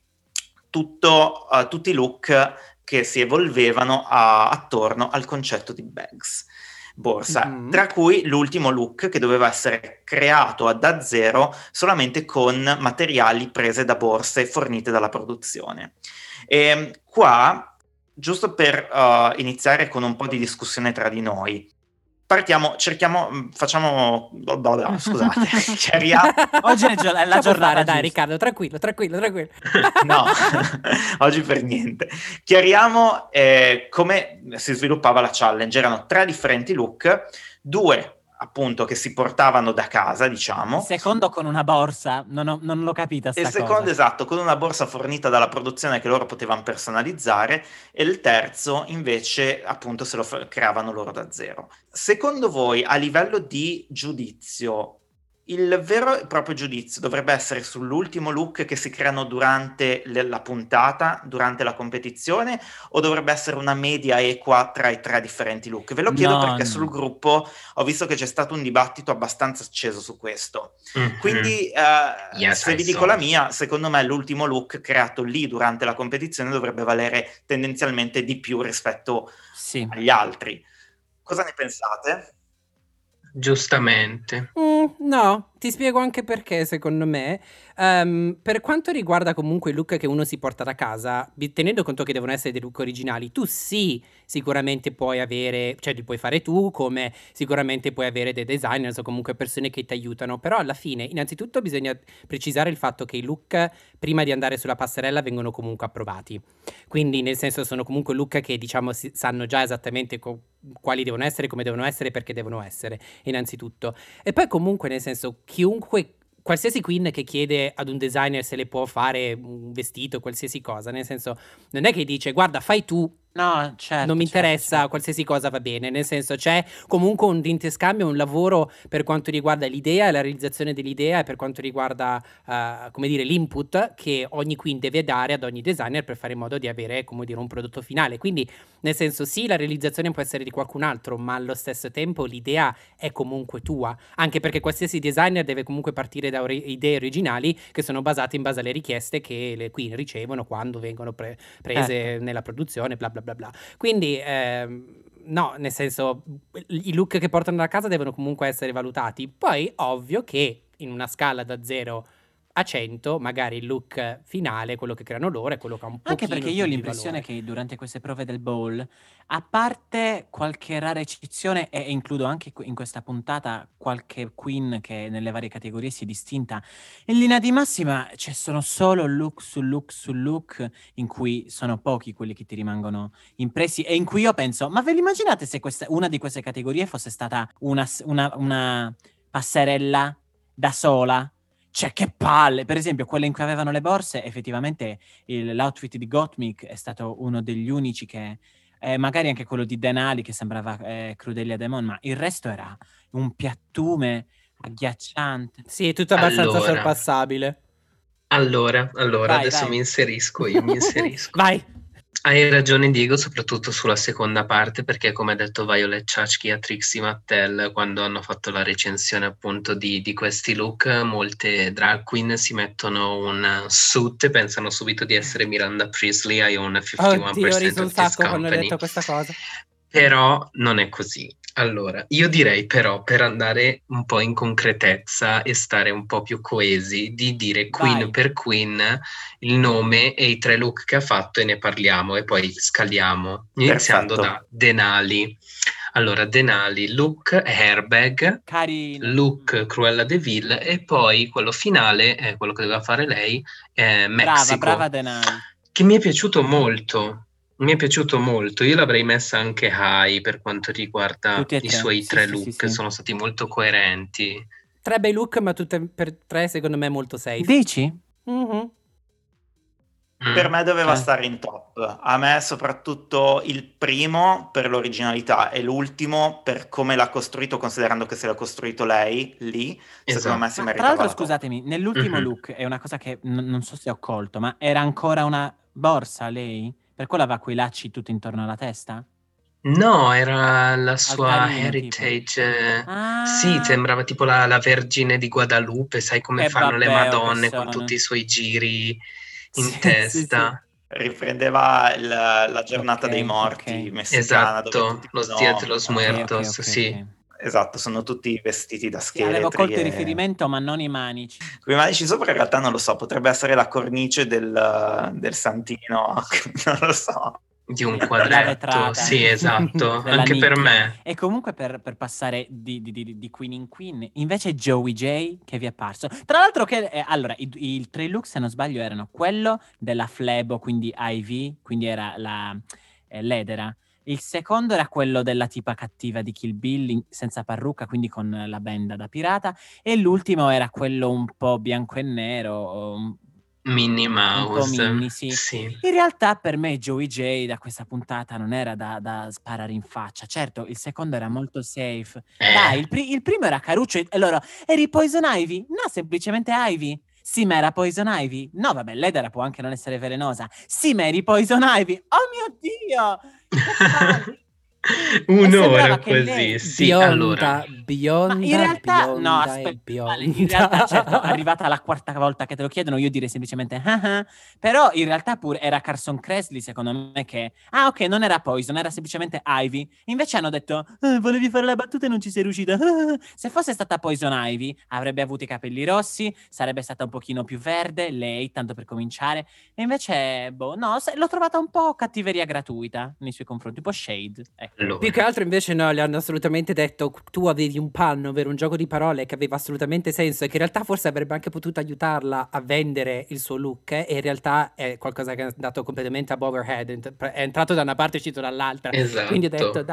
tutto, uh, tutti i look che si evolvevano a- attorno al concetto di bags, borsa, Mhm. tra cui l'ultimo look che doveva essere creato da zero solamente con materiali prese da borse fornite dalla produzione. E qua, giusto per uh, iniziare con un po' di discussione tra di noi, partiamo, cerchiamo, mh, facciamo, scusate, chiariamo. Oggi è gio- è la Lascia giornata parlare, dai giusta. Riccardo, tranquillo, tranquillo, tranquillo. No, oggi per niente. Chiariamo eh, come si sviluppava la challenge. Erano tre differenti look, due appunto che si portavano da casa, diciamo. Il secondo con una borsa, non, ho- non l'ho capita sta Il secondo, cosa. esatto, con una borsa fornita dalla produzione che loro potevano personalizzare, e il terzo invece appunto se lo f- creavano loro da zero. Secondo voi, a livello di giudizio, il vero e proprio giudizio dovrebbe essere sull'ultimo look che si creano durante le- la puntata, durante la competizione, o dovrebbe essere una media equa tra i tre differenti look? Ve lo chiedo No, perché no. sul gruppo ho visto che c'è stato un dibattito abbastanza acceso su questo. Mhm. Quindi, eh, Yes, se I vi dico saw. la mia, secondo me l'ultimo look creato lì durante la competizione dovrebbe valere tendenzialmente di più rispetto Sì. agli altri. Cosa ne pensate? Giustamente. Mm, no, ti spiego anche perché, secondo me. Ehm, per quanto riguarda comunque i look che uno si porta da casa, vi- tenendo conto che devono essere dei look originali, tu sì, sicuramente puoi avere, cioè li puoi fare tu, come sicuramente puoi avere dei designers o comunque persone che ti aiutano, però alla fine, innanzitutto bisogna precisare il fatto che i look, prima di andare sulla passerella, vengono comunque approvati. Quindi, nel senso, sono comunque look che, diciamo, si- sanno già esattamente co- quali devono essere, come devono essere, perché devono essere, innanzitutto. E poi comunque, nel senso, chiunque, qualsiasi queen che chiede ad un designer se le può fare un vestito, qualsiasi cosa, nel senso, non è che dice, guarda, fai tu No, certo. Non mi certo, interessa, certo. qualsiasi cosa va bene, nel senso c'è comunque un interscambio, un lavoro per quanto riguarda l'idea e la realizzazione dell'idea e per quanto riguarda, eh, come dire, l'input che ogni queen deve dare ad ogni designer per fare in modo di avere, come dire, un prodotto finale. Quindi, nel senso, sì, la realizzazione può essere di qualcun altro, ma allo stesso tempo l'idea è comunque tua, anche perché qualsiasi designer deve comunque partire da ori- idee originali che sono basate in base alle richieste che le queen ricevono quando vengono pre- prese Certo. nella produzione, bla bla bla bla. Quindi ehm, no, nel senso, i look che portano da casa devono comunque essere valutati. Poi ovvio che in una scala da zero a cento magari il look finale, quello che creano loro, è quello che ha un Anche pochino perché io più ho di l'impressione valore. che durante queste prove del bowl, a parte qualche rara eccezione, e includo anche que- in questa puntata qualche queen che nelle varie categorie si è distinta, in linea di massima ci sono solo look su look su look in cui sono pochi quelli che ti rimangono impressi e in cui io penso, ma ve l'immaginate se questa, una di queste categorie fosse stata una, s- una- una passerella da sola? Cioè, che palle! Per esempio, quelle in cui avevano le borse, effettivamente il- l'outfit di Gottmik è stato uno degli unici che, eh, magari anche quello di Denali che sembrava eh, Crudelia Demon, ma il resto era un piattume agghiacciante. Sì, è tutto abbastanza Allora, sorpassabile. allora, allora, Vai, adesso vai. mi inserisco io, mi inserisco. Vai. Hai ragione Diego, soprattutto sulla seconda parte, perché come ha detto Violet Chachki a Trixie Mattel quando hanno fatto la recensione appunto di, di questi look, molte drag queen si mettono un suit e pensano subito di essere Miranda Priestley, I own cinquantuno Oddio, ho percent riso un of this sacco quando hai company. detto questa cosa. Però non è così. Allora, io direi però, per andare un po' in concretezza e stare un po' più coesi, di dire queen Vai. per queen il nome e i tre look che ha fatto e ne parliamo e poi scaliamo, iniziando Perfetto. da Denali. Allora, Denali, look airbag, Carino. look Cruella de Vil e poi quello finale, è quello che doveva fare lei, è Brava, Mexico, brava Denali. che mi è piaciuto molto. Mi è piaciuto molto, io l'avrei messa anche high per quanto riguarda Tutti e i tre. suoi Sì, tre sì, look, sì, sì. sono stati molto coerenti. Tre bei look, ma tutte per tre secondo me molto safe. Dici? Mhm. Mm. Per me doveva Eh. stare in top. A me soprattutto il primo per l'originalità e l'ultimo per come l'ha costruito, considerando che se l'ha costruito lei lì, secondo me si Ma tra meritava l'altro, la top. scusatemi, nell'ultimo Mhm. look è una cosa che n- non so se ho colto, ma era ancora una borsa lei? Per quello aveva quei lacci tutto intorno alla testa? No, era la sua Altarino, heritage. Ah, Sì, sembrava tipo la, la Vergine di Guadalupe, sai come che fanno le babbeo che Madonne con sono. tutti i suoi giri in Sì, sì, testa. Riprendeva il- la giornata Ok, dei morti ok. messicana, dove Esatto, tutti Los sono, Dias de los eh, Ok, ok, Muertos, ok, sì. ok. esatto, sono tutti vestiti da Sì, avevo scheletri. colto il e- riferimento, ma non i manici. Con i manici sopra in realtà non lo so, potrebbe essere la cornice del, del santino, non lo so. Di un Sì, della quadretto, vetrata. sì, esatto, Della anche per nicchia. me. E comunque per, per passare di, di- di- di Queen in Queen, invece Joey J che vi è apparso. Tra l'altro che, eh, allora, i, i tre look, se non sbaglio, erano quello della Flebo, quindi Ivy, quindi era la eh, l'edera. Il secondo era quello della tipa cattiva di Kill Bill, in- senza parrucca, quindi con la benda da pirata. E l'ultimo era quello un po' bianco e nero, un, Minnie un po' Mouse, Minnie, sì. sì. In realtà per me Joey J da questa puntata non era da, da sparare in faccia. Certo, il secondo era molto safe. Eh. Dai, il, pri- il primo era caruccio. E loro, eri Poison Ivy? No, semplicemente Ivy. Sì, ma era Poison Ivy? No, vabbè, l'edera può anche non essere velenosa. Sì, ma eri Poison Ivy? Oh mio Dio! Che palle! E Un'ora sembrava che così, lei- sì, Bionda, allora. bionda, Ma in realtà, no, bionda e aspetta, vale, bionda. in realtà, certo, arrivata la quarta volta che te lo chiedono, io direi semplicemente ah ah, però in realtà pure era Carson Kressley, secondo me, che, ah ok, non era Poison, era semplicemente Ivy, invece hanno detto, "Eh, volevi fare la battuta e non ci sei riuscita, ah". Se fosse stata Poison Ivy, avrebbe avuto i capelli rossi, sarebbe stata un pochino più verde, lei, tanto per cominciare, e invece, boh, no, se- l'ho trovata un po' cattiveria gratuita nei suoi confronti, un po' shade, ecco. Allora. Più che altro invece no, le hanno assolutamente detto tu avevi un panno, ovvero un gioco di parole che aveva assolutamente senso e che in realtà forse avrebbe anche potuto aiutarla a vendere il suo look e in realtà è qualcosa che è andato completamente above her head, ent- è entrato da una parte e uscito dall'altra. Esatto. Quindi ho detto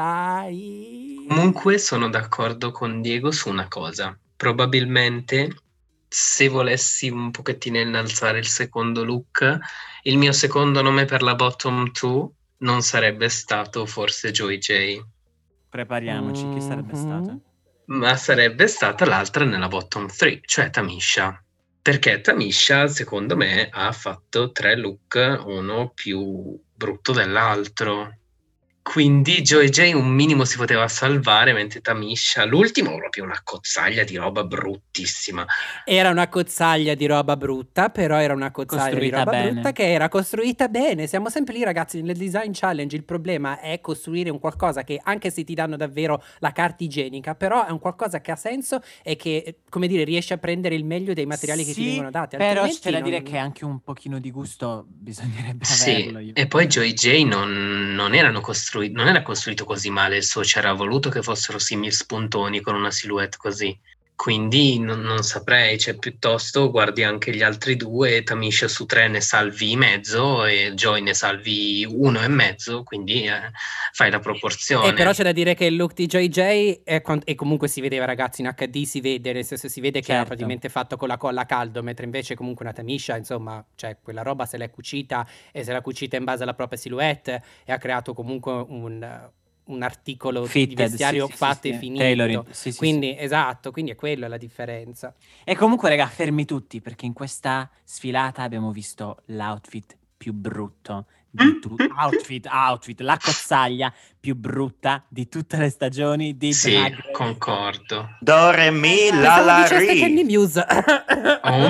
dai. Comunque sono d'accordo con Diego su una cosa. Probabilmente se volessi un pochettino innalzare il secondo look, il mio secondo nome per la bottom two non sarebbe stato forse Joey J. Prepariamoci, chi sarebbe stato? Ma sarebbe stata l'altra nella bottom tre, cioè Tamisha. Perché Tamisha, secondo me, ha fatto tre look, uno più brutto dell'altro. Quindi Joey J un minimo si poteva salvare, mentre Tamisha, l'ultimo, proprio una cozzaglia di roba bruttissima. Era una cozzaglia di roba brutta, però era una cozzaglia Costruita di roba bene. brutta che era costruita bene. Siamo sempre lì, ragazzi, nel design challenge. Il problema è costruire un qualcosa che, anche se ti danno davvero la carta igienica, però è un qualcosa che ha senso e che, come dire, riesce a prendere il meglio dei materiali che ti Sì, vengono dati. però Altrimenti c'è da non- dire che anche un pochino di gusto bisognerebbe Sì, averlo. io. e poi Joey J non, non erano costruiti, non era costruito così male il suo, c'era voluto che fossero simili spuntoni con una silhouette così. Quindi non, non saprei, cioè piuttosto guardi anche gli altri due, Tamisha su tre ne salvi mezzo e Joy ne salvi uno e mezzo, quindi eh, fai la proporzione. E però c'è da dire che il look di Joy J è quan- e comunque si vedeva, ragazzi, in acca di si vede, nel senso si vede che era Certo. praticamente fatto con la colla a caldo, mentre invece comunque una Tamisha, insomma, cioè quella roba se l'è cucita e se l'ha cucita in base alla propria silhouette e ha creato comunque un, un articolo di Fitted, vestiario sì, sì, fatto sì, e sì. finito. Tailoring, sì, sì, quindi, esatto, quindi è quello la differenza. E comunque, raga, fermi tutti, perché in questa sfilata abbiamo visto l'outfit più brutto di tutti. Outfit, outfit, la cozzaglia più brutta di tutte le stagioni di Sì, Drag Race. concordo. Do, re, mi, la, Pensavo la, dicesse Candy ri. Muse. Oh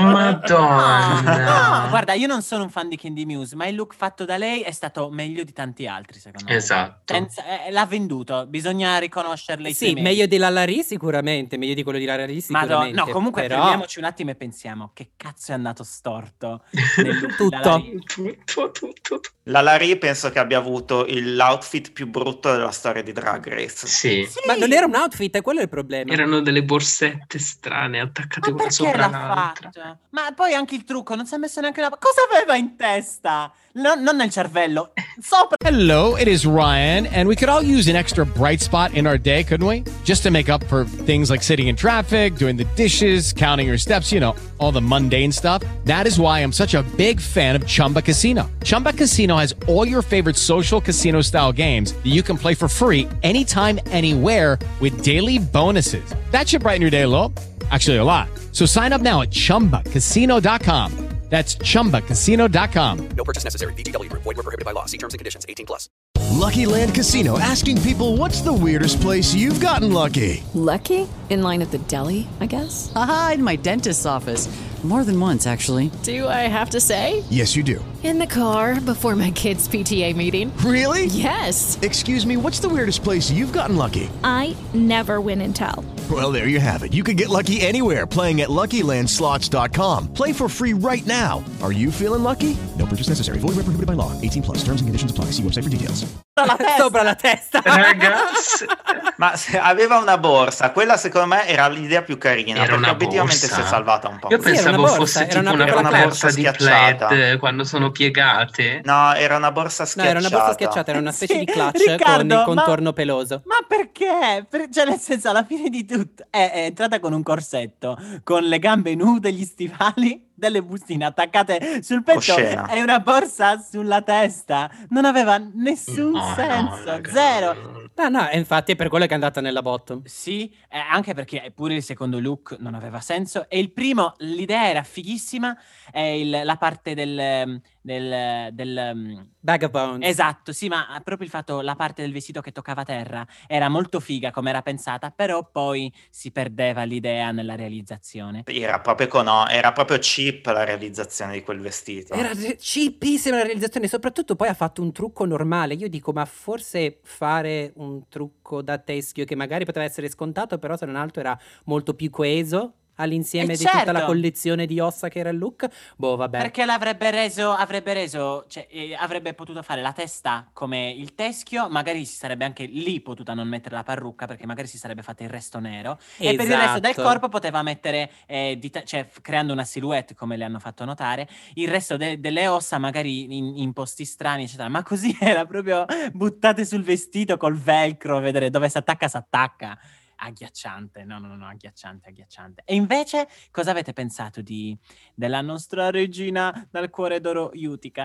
madonna. No, guarda, io non sono un fan di Candy Muse, ma il look fatto da lei è stato meglio di tanti altri, secondo me. Esatto. Senza- eh, l'ha venduto, bisogna riconoscerle i suoi Sì, meriti. meglio di Lalari sicuramente, meglio di quello di Lalari Madonna, sicuramente. no, comunque però... fermiamoci un attimo e pensiamo che cazzo è andato storto nel look di Tutto. Lalari. Tutto, tutto, tutto. La Larry penso che abbia avuto il- l'outfit più brutto della storia di Drag Race. Sì. Sì, Ma non era un outfit, è quello il problema. Erano delle borsette strane attaccate ma una perché sopra l'ha l'altra. fatto? Ma poi anche il trucco, non si è messo neanche una... Cosa aveva in testa? No- non nel cervello, sopra. Hello, it is Ryan, and we could all use an extra bright spot in our day, couldn't we? Just to make up for things like sitting in traffic, doing the dishes, counting your steps, you know, all the mundane stuff. That is why I'm such a big fan of Chumba Casino. Chumba Casino has all your favorite social casino style games that you can play for free anytime, anywhere with daily bonuses. That should brighten your day a little. Actually, a lot. So sign up now at chumba casino dot com. That's chumba casino dot com. No purchase necessary. V G W Group. Void where prohibited by law. See terms and conditions. eighteen plus. Lucky Land Casino, asking people, what's the weirdest place you've gotten lucky? Lucky? In line at the deli, I guess? Aha, in my dentist's office. More than once, actually. Do I have to say? Yes, you do. In the car before my kids' P T A meeting. Really? Yes. Excuse me, what's the weirdest place you've gotten lucky? I never win and tell. Well, there you have it. You can get lucky anywhere, playing at Lucky Land Slots dot com. Play for free right now. Are you feeling lucky? No purchase necessary. Void where prohibited by law. eighteen plus. Terms and conditions apply. See website for details. La testa. Sopra la testa. Ragazzi, Ma se aveva una borsa, quella secondo me era l'idea più carina, Era perché una obiettivamente borsa? si è salvata un po'. io Sì, era pensavo una borsa, fosse era tipo una una, piccola borsa, borsa di schiacciata. plaid quando sono piegate. No, era una borsa No, schiacciata. era una borsa schiacciata, era una specie Sì, di clutch Riccardo, con il ma- contorno peloso. Ma perché? Per- cioè, nel senso, alla fine di tutto è, è entrata con un corsetto, con le gambe nude, gli stivali, delle bustine attaccate sul petto Oscena. e una borsa sulla testa. Non aveva nessun No, no, senso, raga. zero. No, no, e infatti è per quello che è andata nella bottom. Sì, eh, anche perché pure il secondo look non aveva senso. E il primo, l'idea era fighissima. È il- la parte del. del, del um, Bag of Bones. Esatto, sì, ma proprio il fatto, la parte del vestito che toccava terra era molto figa come era pensata, però poi si perdeva l'idea nella realizzazione. Era proprio, co- no, era proprio cheap la realizzazione di quel vestito. Era cheapissima la realizzazione, soprattutto poi ha fatto un trucco normale. Io dico, ma forse fare un trucco da teschio che magari poteva essere scontato, però se non altro era molto più coeso all'insieme Eh, di tutta la certo. collezione di ossa che era il look. Boh, vabbè. Perché l'avrebbe reso, avrebbe reso, cioè eh, avrebbe potuto fare la testa come il teschio, magari si sarebbe anche lì potuta non mettere la parrucca perché magari si sarebbe fatta il resto nero e per il resto del Esatto. corpo poteva mettere, eh, di ta- cioè f- creando una silhouette come le hanno fatto notare, il resto de- delle ossa magari in, in posti strani eccetera, ma così era proprio buttate sul vestito col velcro, vedere dove si attacca si attacca. Agghiacciante, no, no, no, agghiacciante, agghiacciante. E invece, cosa avete pensato di, della nostra regina dal cuore d'oro Utica?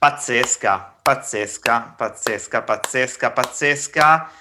Pazzesca, pazzesca, pazzesca, pazzesca, pazzesca.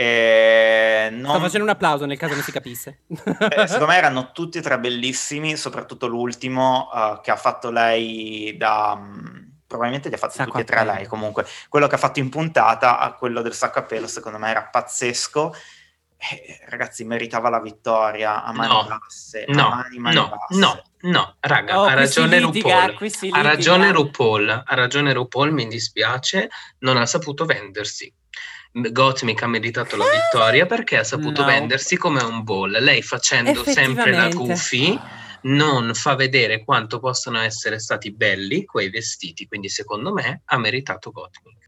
E non... Sto facendo un applauso nel caso non si capisse. eh, secondo me erano tutti e tre bellissimi, soprattutto l'ultimo uh, che ha fatto lei da... Um, probabilmente li ha fatti Sacco tutti e tre a pelo. lei comunque. Quello che ha fatto in puntata, a quello del sacco a pelo, secondo me era pazzesco. Eh, ragazzi, meritava la vittoria a mani No, basse, no, a mani, mani no, basse. no, no, raga, Oh, ha qui si ragione litiga, RuPaul, qui si ha litiga. ragione RuPaul, ha ragione RuPaul, mi dispiace, non ha saputo vendersi. Gottmik ha meritato la vittoria perché ha saputo No. vendersi come un ball. Lei facendo sempre la Effettivamente. goofy non fa vedere quanto possono essere stati belli quei vestiti, quindi secondo me ha meritato Gottmik.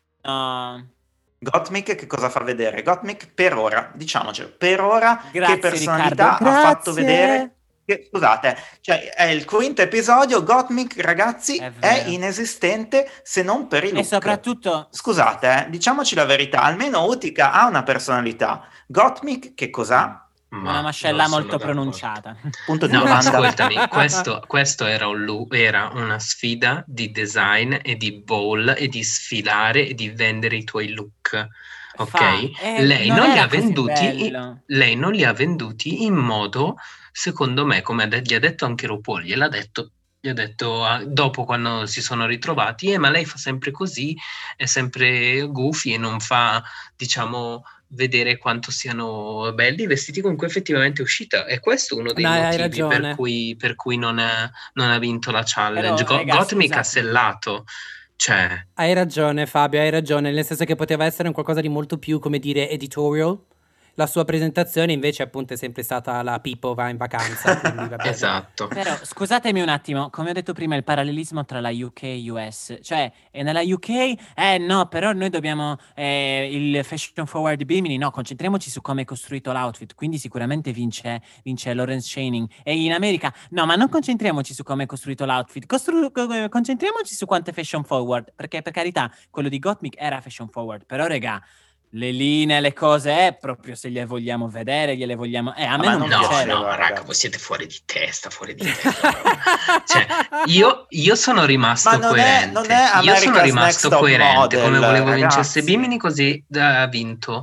No. Gottmik che cosa fa vedere? Gottmik per ora, diciamocelo, per ora Grazie, che personalità Riccardo, ha fatto grazie. vedere che, scusate, cioè è il quinto episodio, Gottmik ragazzi È è, vero. inesistente se non per i E look. soprattutto Scusate, eh, diciamoci la verità, almeno Utica ha una personalità. Gottmik che cos'ha? Ma una mascella non sono molto d'accordo. pronunciata. Punto di No, domanda. ascoltami, questo, questo era, un lu- era una sfida di design e di ball e di sfilare e di vendere i tuoi look, ok? Fa, eh, lei, non non li era ha così venduti, bello. lei non li ha venduti in modo, secondo me, come ha de- gli ha detto anche RuPaul, gliel'ha detto, gli ha detto ah, dopo quando si sono ritrovati, eh, ma lei fa sempre così, è sempre goofy e non fa, diciamo, vedere quanto siano belli i vestiti con cui effettivamente è uscita. E questo è uno dei No, hai motivi ragione. per cui, per cui non, è- non ha vinto la challenge. Però, Go- raga, Gottmik ha scusate. sellato, cioè... Hai ragione Fabio, hai ragione, nel senso che poteva essere un qualcosa di molto più, come dire, editorial. La sua presentazione invece appunto è sempre stata la Pippo va in vacanza, quindi va bene. Esatto. Però scusatemi un attimo, come ho detto prima, il parallelismo tra la U K e U S, cioè e nella U K, eh no, però noi dobbiamo eh, il fashion forward Bimini, no, concentriamoci su come è costruito l'outfit, quindi sicuramente vince, vince Lawrence Channing. E in America, no, ma non concentriamoci su come è costruito l'outfit, costru- co- concentriamoci su quanto è fashion forward, perché per carità, quello di Gottmik era fashion forward, però regà, le linee, le cose, eh, proprio se le vogliamo vedere, gliele vogliamo... Eh, a me ma non non No, piaceva. no, raga, voi siete fuori di testa, fuori di testa. Cioè, io, io sono rimasto Ma non è- coerente. non è io sono America's rimasto Next Top coerente. Model, come volevo ragazzi. vincesse Bimini, così ha vinto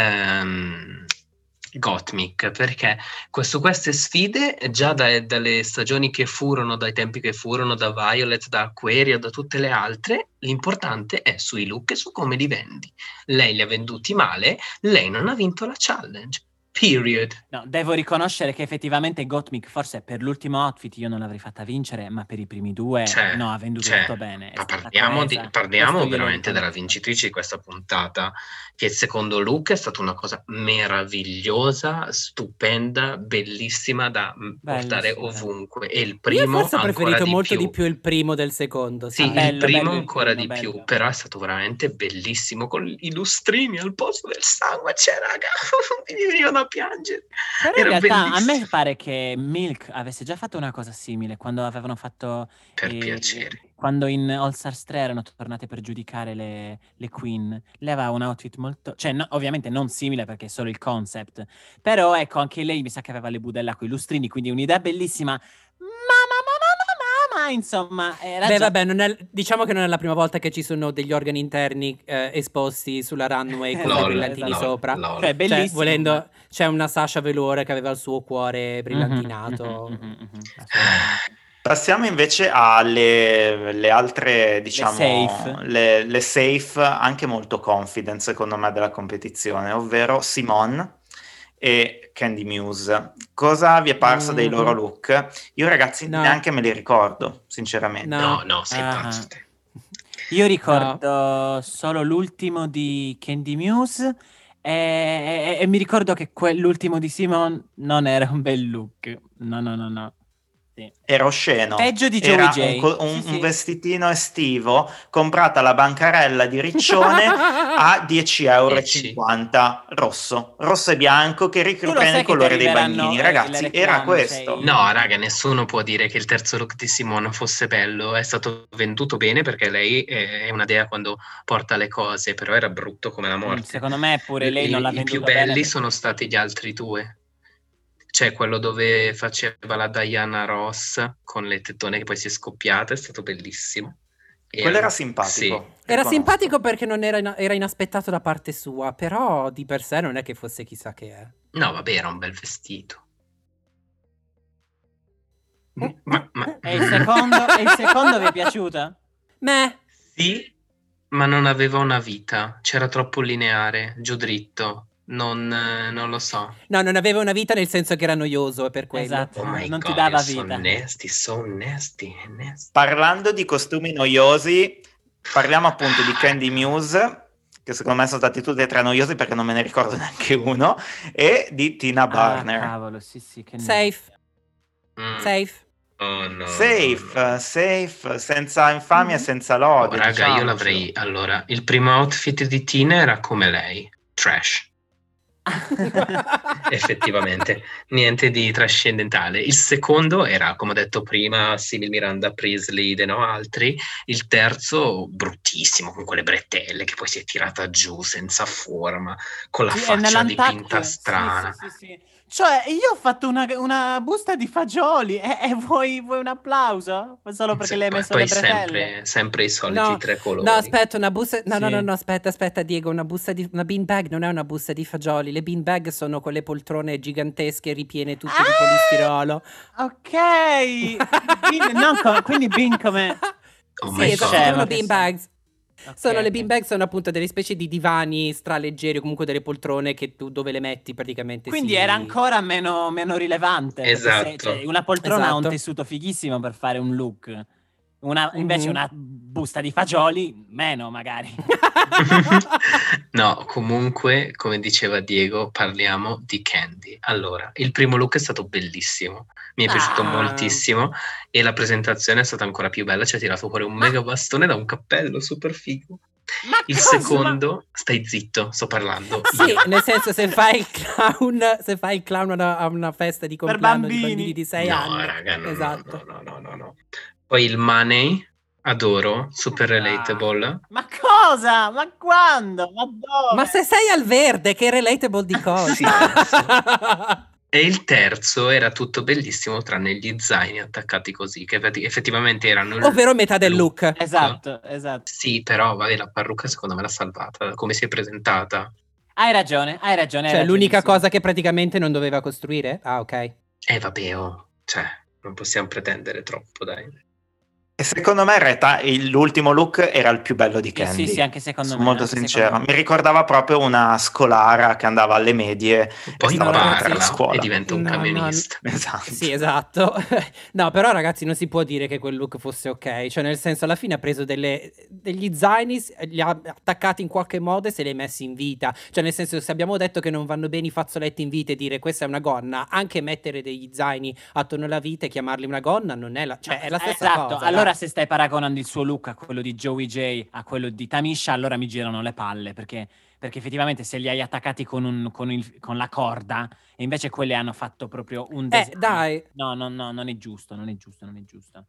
ehm, Gottmik, perché questo, queste sfide già da- dalle stagioni che furono, dai tempi che furono, da Violet, da Aquaria, da tutte le altre, l'importante è sui look e su come li vendi. Lei li ha venduti male, lei non ha vinto la challenge. Period. No, devo riconoscere che effettivamente Gottmik forse per l'ultimo outfit io non l'avrei fatta vincere, ma per i primi due Cioè, no, ha venduto cioè, tutto bene. è ma stata parliamo, di- coesa, parliamo questo glielo veramente della riconosco. vincitrice di questa puntata, che il secondo look è stata una cosa meravigliosa, stupenda, bellissima da mm, portare Bellissimo, ovunque. E il Io primo forse ho ancora preferito di molto più. di più il primo del secondo, Sì, sai? il Bello, primo bello il ancora primo, di più, bello. però è stato veramente bellissimo con i lustrini al posto del sangue, c'è raga, mi venivano a piangere. Però in Era realtà a bellissimo. me pare che Milk avesse già fatto una cosa simile quando avevano fatto Per eh, piacere. quando in All Stars tre erano tornate per giudicare le, le queen. Lei aveva un outfit molto, cioè no- ovviamente non simile perché è solo il concept, però ecco anche lei mi sa che aveva le budella con i lustrini, quindi un'idea bellissima. Ma ma ma ma ma ma ma insomma era Beh, già... vabbè, non è- diciamo che non è la prima volta che ci sono degli organi interni eh, esposti sulla runway con dei Lol, brillantini esatto. sopra. lol. Cioè bellissimo. Cioè, volendo, c'è una Sasha Velour che aveva il suo cuore brillantinato. Mhm, mhm, mhm, mhm, assolutamente. Passiamo invece alle le altre, diciamo, safe. le, le safe, anche molto confident secondo me della competizione, ovvero Simone e Candy Muse. Cosa vi è parso dei loro look? Io ragazzi No. neanche me li ricordo, sinceramente. No. No, no, sei Ah. pazzo te. Io ricordo solo l'ultimo di Candy Muse e, e- e mi ricordo che quell'ultimo di Simon non era un bel look. No, no, no, no. Sì. Era osceno. Peggio di Era Joey J. un, co- un- Sì, sì. un vestitino estivo comprata alla bancarella di Riccione a dieci euro e cinquanta rosso, rosso e bianco che Tu lo riprende sai i che colori ti dei arriveranno, bagnini. eh, Ragazzi, le era reclame, questo. sei- No, raga, nessuno può dire che il terzo look di Simone fosse bello. È stato venduto bene perché lei è una dea quando porta le cose, però era brutto come la morte. Secondo me pure lei I, non l'ha i venduto più bene belli perché- sono stati gli altri due. C'è quello dove faceva la Diana Ross con le tettone che poi si è scoppiata, è stato bellissimo. Quello era simpatico. Sì. Era simpatico perché non era, in- era inaspettato da parte sua, però di per sé non è che fosse chissà che è. No, vabbè, era un bel vestito. Ma, ma... E il secondo, e il secondo vi è piaciuto? Meh. Sì, ma non aveva una vita. C'era troppo lineare, giù dritto. Non, eh, non lo so. No, non aveva una vita nel senso che era noioso, è per quello. Esatto, Oh my non God, ti dava so vita. nasty, so nasty, nasty. Parlando di costumi noiosi, parliamo appunto di Candy Muse, che secondo me sono stati tutti e tre noiosi perché non me ne ricordo neanche uno, e di Tina Burner. Ah, cavolo, sì, sì, che Safe. Mm. Safe. Oh, no, Safe, no, no. safe, senza infamia e senza lode. Oh, raga, diciamo. io l'avrei... Allora, il primo outfit di Tina era come lei, trash. Effettivamente, niente di trascendentale. Il secondo era, come ho detto prima, simil Miranda Priestley e no altri. Il terzo, bruttissimo, con quelle bretelle che poi si è tirata giù senza forma, con la Sì, è faccia nell'untucked. dipinta Sì, strana. sì, sì, sì. Cioè, io ho fatto una, una busta di fagioli e, e vuoi, vuoi un applauso? Solo perché Sì, le hai poi, messo poi le bretelle? sempre, sempre i soliti No, tre colori. no, aspetta, una busta. No, no, Sì. no, no, aspetta, aspetta, Diego. Una busta di. Una beanbag non è una busta di fagioli. Le beanbag sono quelle poltrone gigantesche ripiene tutte Ah! di polistirolo. Ok. Bean- non co- quindi bean come... Oh Sì, my esatto, God. sono che beanbags. Ok, Sono le ok. beanbag, sono appunto delle specie di divani straleggeri o comunque delle poltrone che tu dove le metti praticamente Quindi si- era ancora meno, meno rilevante. perché Esatto. se- cioè, una poltrona ha un Esatto. tessuto fighissimo per fare un look. Una, invece Mhm. una busta di fagioli, meno magari. No, comunque, come diceva Diego, parliamo di Candy. Allora, il primo look è stato bellissimo, mi è piaciuto Ah. moltissimo e la presentazione è stata ancora più bella, ci ha tirato fuori un mega bastone da un cappello super figo. Ma Il cosa? secondo, stai zitto, sto parlando Sì, io. nel senso se fai il clown, se fai il clown a una, a una festa di compleanno di bambini. bambini di sei No, anni. raga, no, no, Esatto. no, no, no, no. Poi il Money, adoro, super relatable. Ma cosa? Ma quando? Ma dove? Ma se sei al verde, che relatable di cosa? Sì. E il terzo era tutto bellissimo, tranne gli zaini attaccati così, che effetti- effettivamente erano il Ovvero metà del look. Esatto, esatto. Sì, però vabbè, la parrucca secondo me l'ha salvata, da come si è presentata. Hai ragione, hai ragione. hai Cioè, l'unica ragionissimo. cosa che praticamente non doveva costruire? Ah, ok. Eh vabbè, oh, cioè, non possiamo pretendere troppo, dai. E secondo me in realtà il- l'ultimo look era il più bello di Sì, Candy. sì, sì, anche secondo Sono me, molto anche sincero. secondo me. Mi ricordava proprio una scolara che andava alle medie e Poi stava per entrare a parla scuola. e diventa un No, no, camionista. Esatto. Sì, esatto. No, però ragazzi non si può dire che quel look fosse ok. Cioè, nel senso, alla fine ha preso delle- degli zaini, s- li ha attaccati in qualche modo e se li ha messi in vita. Cioè, nel senso, se abbiamo detto che non vanno bene i fazzoletti in vita e dire questa è una gonna, anche mettere degli zaini attorno alla vita e chiamarli una gonna non è la, cioè, è la stessa Esatto, cosa. allora dai. se stai paragonando il suo look a quello di Joey J a quello di Tamisha, allora mi girano le palle, perché, perché effettivamente se li hai attaccati con, un, con, il- con la corda e invece quelli hanno fatto proprio un Eh, design. dai. No, no, no, non è giusto, non è giusto, non è giusto.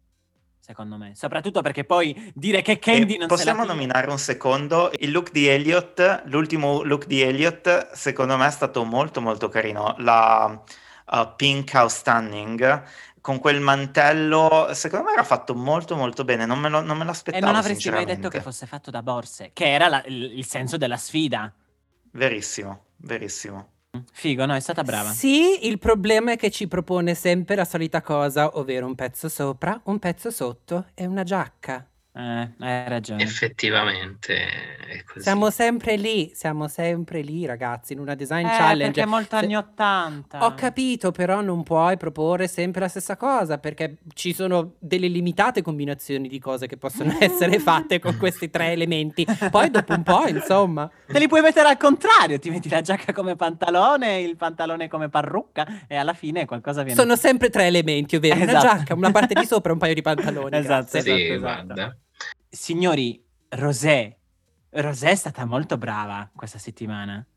Secondo me. Soprattutto perché poi dire che Candy E non possiamo se la tira- nominare un secondo il look di Elliot, l'ultimo look di Elliot secondo me è stato molto molto carino, la uh, Pink Outstanding con quel mantello, secondo me era fatto molto molto bene, non me lo, non me E l'aspettavo non avresti mai detto sinceramente. che fosse fatto da borse, che era la- il, il senso della sfida. Verissimo, verissimo. Figo, no? È stata brava. Sì, il problema è che ci propone sempre la solita cosa, ovvero un pezzo sopra, un pezzo sotto e una giacca. Eh, hai ragione. Effettivamente è così. Siamo sempre lì, siamo sempre lì, ragazzi, in una design Eh, challenge. perché è molto Se- anni ottanta. Ho capito, però non puoi proporre sempre la stessa cosa, perché ci sono delle limitate combinazioni di cose che possono essere fatte con questi tre elementi. Poi dopo un po', insomma. Te li puoi mettere al contrario, ti metti la giacca come pantalone, il pantalone come parrucca e alla fine qualcosa viene... Sono sempre tre elementi, ovvero una Esatto. giacca, una parte di sopra e un paio di pantaloni. Esatto, grazie. Sì, esatto, esatto. guarda. Signori, Rosé. Rosé è stata molto brava questa settimana.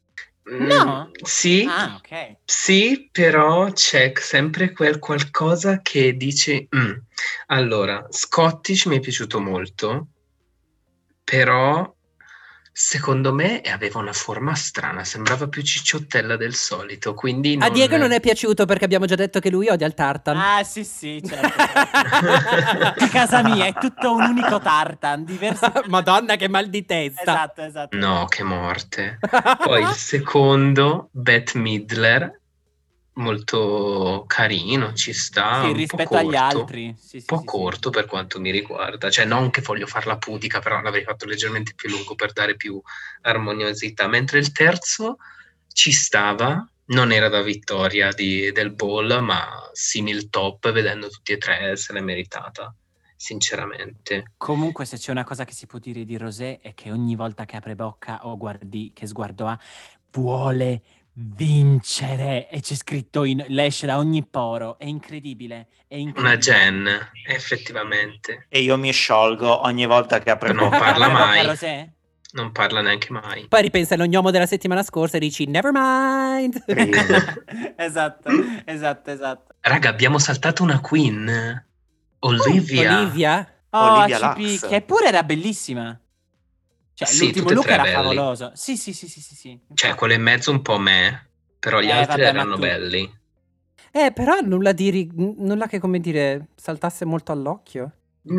No? Mm, sì, Ah, ok. sì, però c'è sempre quel qualcosa che dice... "Mm". Allora, Scottish mi è piaciuto molto, però Secondo me aveva una forma strana, sembrava più cicciottella del solito, quindi non... A Diego non è piaciuto perché abbiamo già detto che lui odia il tartan. Ah, sì, sì, certo. certo. A casa mia è tutto un unico tartan, diversi... Madonna, che mal di testa. Esatto, esatto. No, che morte. Poi il secondo, Bette Midler, molto carino, ci sta, Sì, un rispetto po' agli corto, altri. Sì, un sì, po' sì, corto per quanto mi riguarda, cioè non che voglio farla pudica, però l'avrei fatto leggermente più lungo per dare più armoniosità, mentre il terzo ci stava, non era da vittoria di, del ball, ma simil top, vedendo tutti e tre se l'è meritata, sinceramente. Comunque, se c'è una cosa che si può dire di Rosé è che ogni volta che apre bocca o guardi che sguardo ha, vuole vincere, e c'è scritto in, le esce da ogni poro, è incredibile, è incredibile. Una Jen, effettivamente. E io mi sciolgo ogni volta che apre Non bocca. parla Apre bocca mai. Rosé? Non parla neanche mai. Poi ripensa all'ognomo della settimana scorsa e dici never mind. esatto, esatto, esatto. Raga, abbiamo saltato una queen. Olivia. Olivia? Oh, Olivia A C P, Lux. che pure era bellissima. Cioè, Sì, l'ultimo tutte e look tre era belli. favoloso. Sì, sì, sì, sì, sì, sì. Cioè, quello in mezzo un po' me, però gli Eh, altri vabbè, ma erano tu- belli. Eh, però nulla di ri- nulla che, come dire, saltasse molto all'occhio.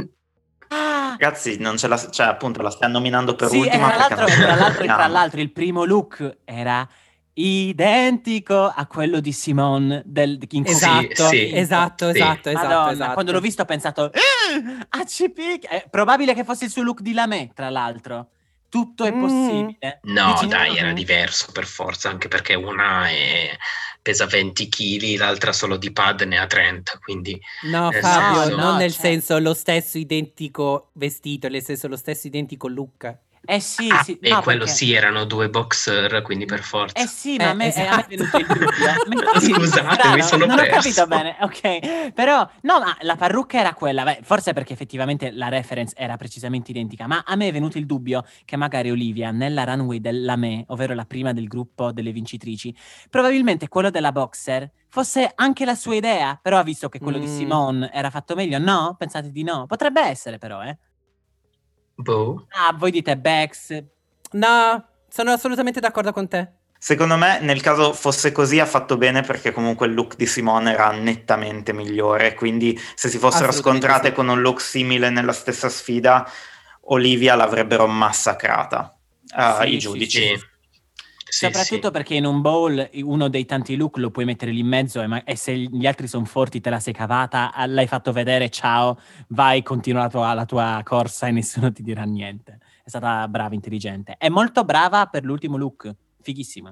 Ah, Ragazzi, non ce la, cioè, appunto, la stiamo nominando per sì, e ultima tra perché l'altro, non e ce tra la l'altro, e tra sappiamo. l'altro il primo look era identico a quello di Simone del in cui Esatto, ha sì, vinto. esatto, sì. esatto, esatto, Madonna, esatto. quando l'ho visto ho pensato eh, A C P, è probabile che fosse il suo look di Lamé, tra l'altro. Tutto è Mm. possibile. No, Dici- dai, era Mhm. diverso per forza, anche perché una è- pesa venti chili, l'altra solo di pad ne ha trenta, quindi... No, nel Fabio, senso- non no, nel cioè- senso lo stesso identico vestito, nel senso lo stesso identico look. Eh sì, Ah, sì, e no, quello perché- sì, erano due boxer, quindi per forza. Eh sì, ma Eh, a, me, eh, a me è esatto. venuto il dubbio. Mi- Scusate, strano, mi sono non perso. ho capito bene, ok. Però, no, ma la parrucca era quella, beh, forse perché effettivamente la reference era precisamente identica, ma a me è venuto il dubbio che magari Olivia, nella runway della me, ovvero la prima del gruppo delle vincitrici, probabilmente quello della boxer fosse anche la sua idea, però ha visto che quello di Mm. Simone era fatto meglio, no? Pensate di no? Potrebbe essere però, eh. Boh. Ah, voi dite Bex. No, sono assolutamente d'accordo con te. Secondo me, nel caso fosse così, ha fatto bene perché comunque il look di Simone era nettamente migliore. Quindi, se si fossero Assolutamente scontrate sì. con un look simile nella stessa sfida, Olivia l'avrebbero massacrata. uh, Sì, i sì, giudici. Sì. Sì, Soprattutto sì. perché in un bowl uno dei tanti look lo puoi mettere lì in mezzo e, ma- e se gli altri sono forti te la sei cavata, ah, l'hai fatto vedere, ciao, vai, continua la tua, la tua corsa e nessuno ti dirà niente. È stata brava, intelligente. È molto brava per l'ultimo look, fighissima.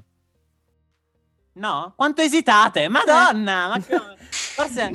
No? Quanto esitate? Madonna! Ma come? Forse...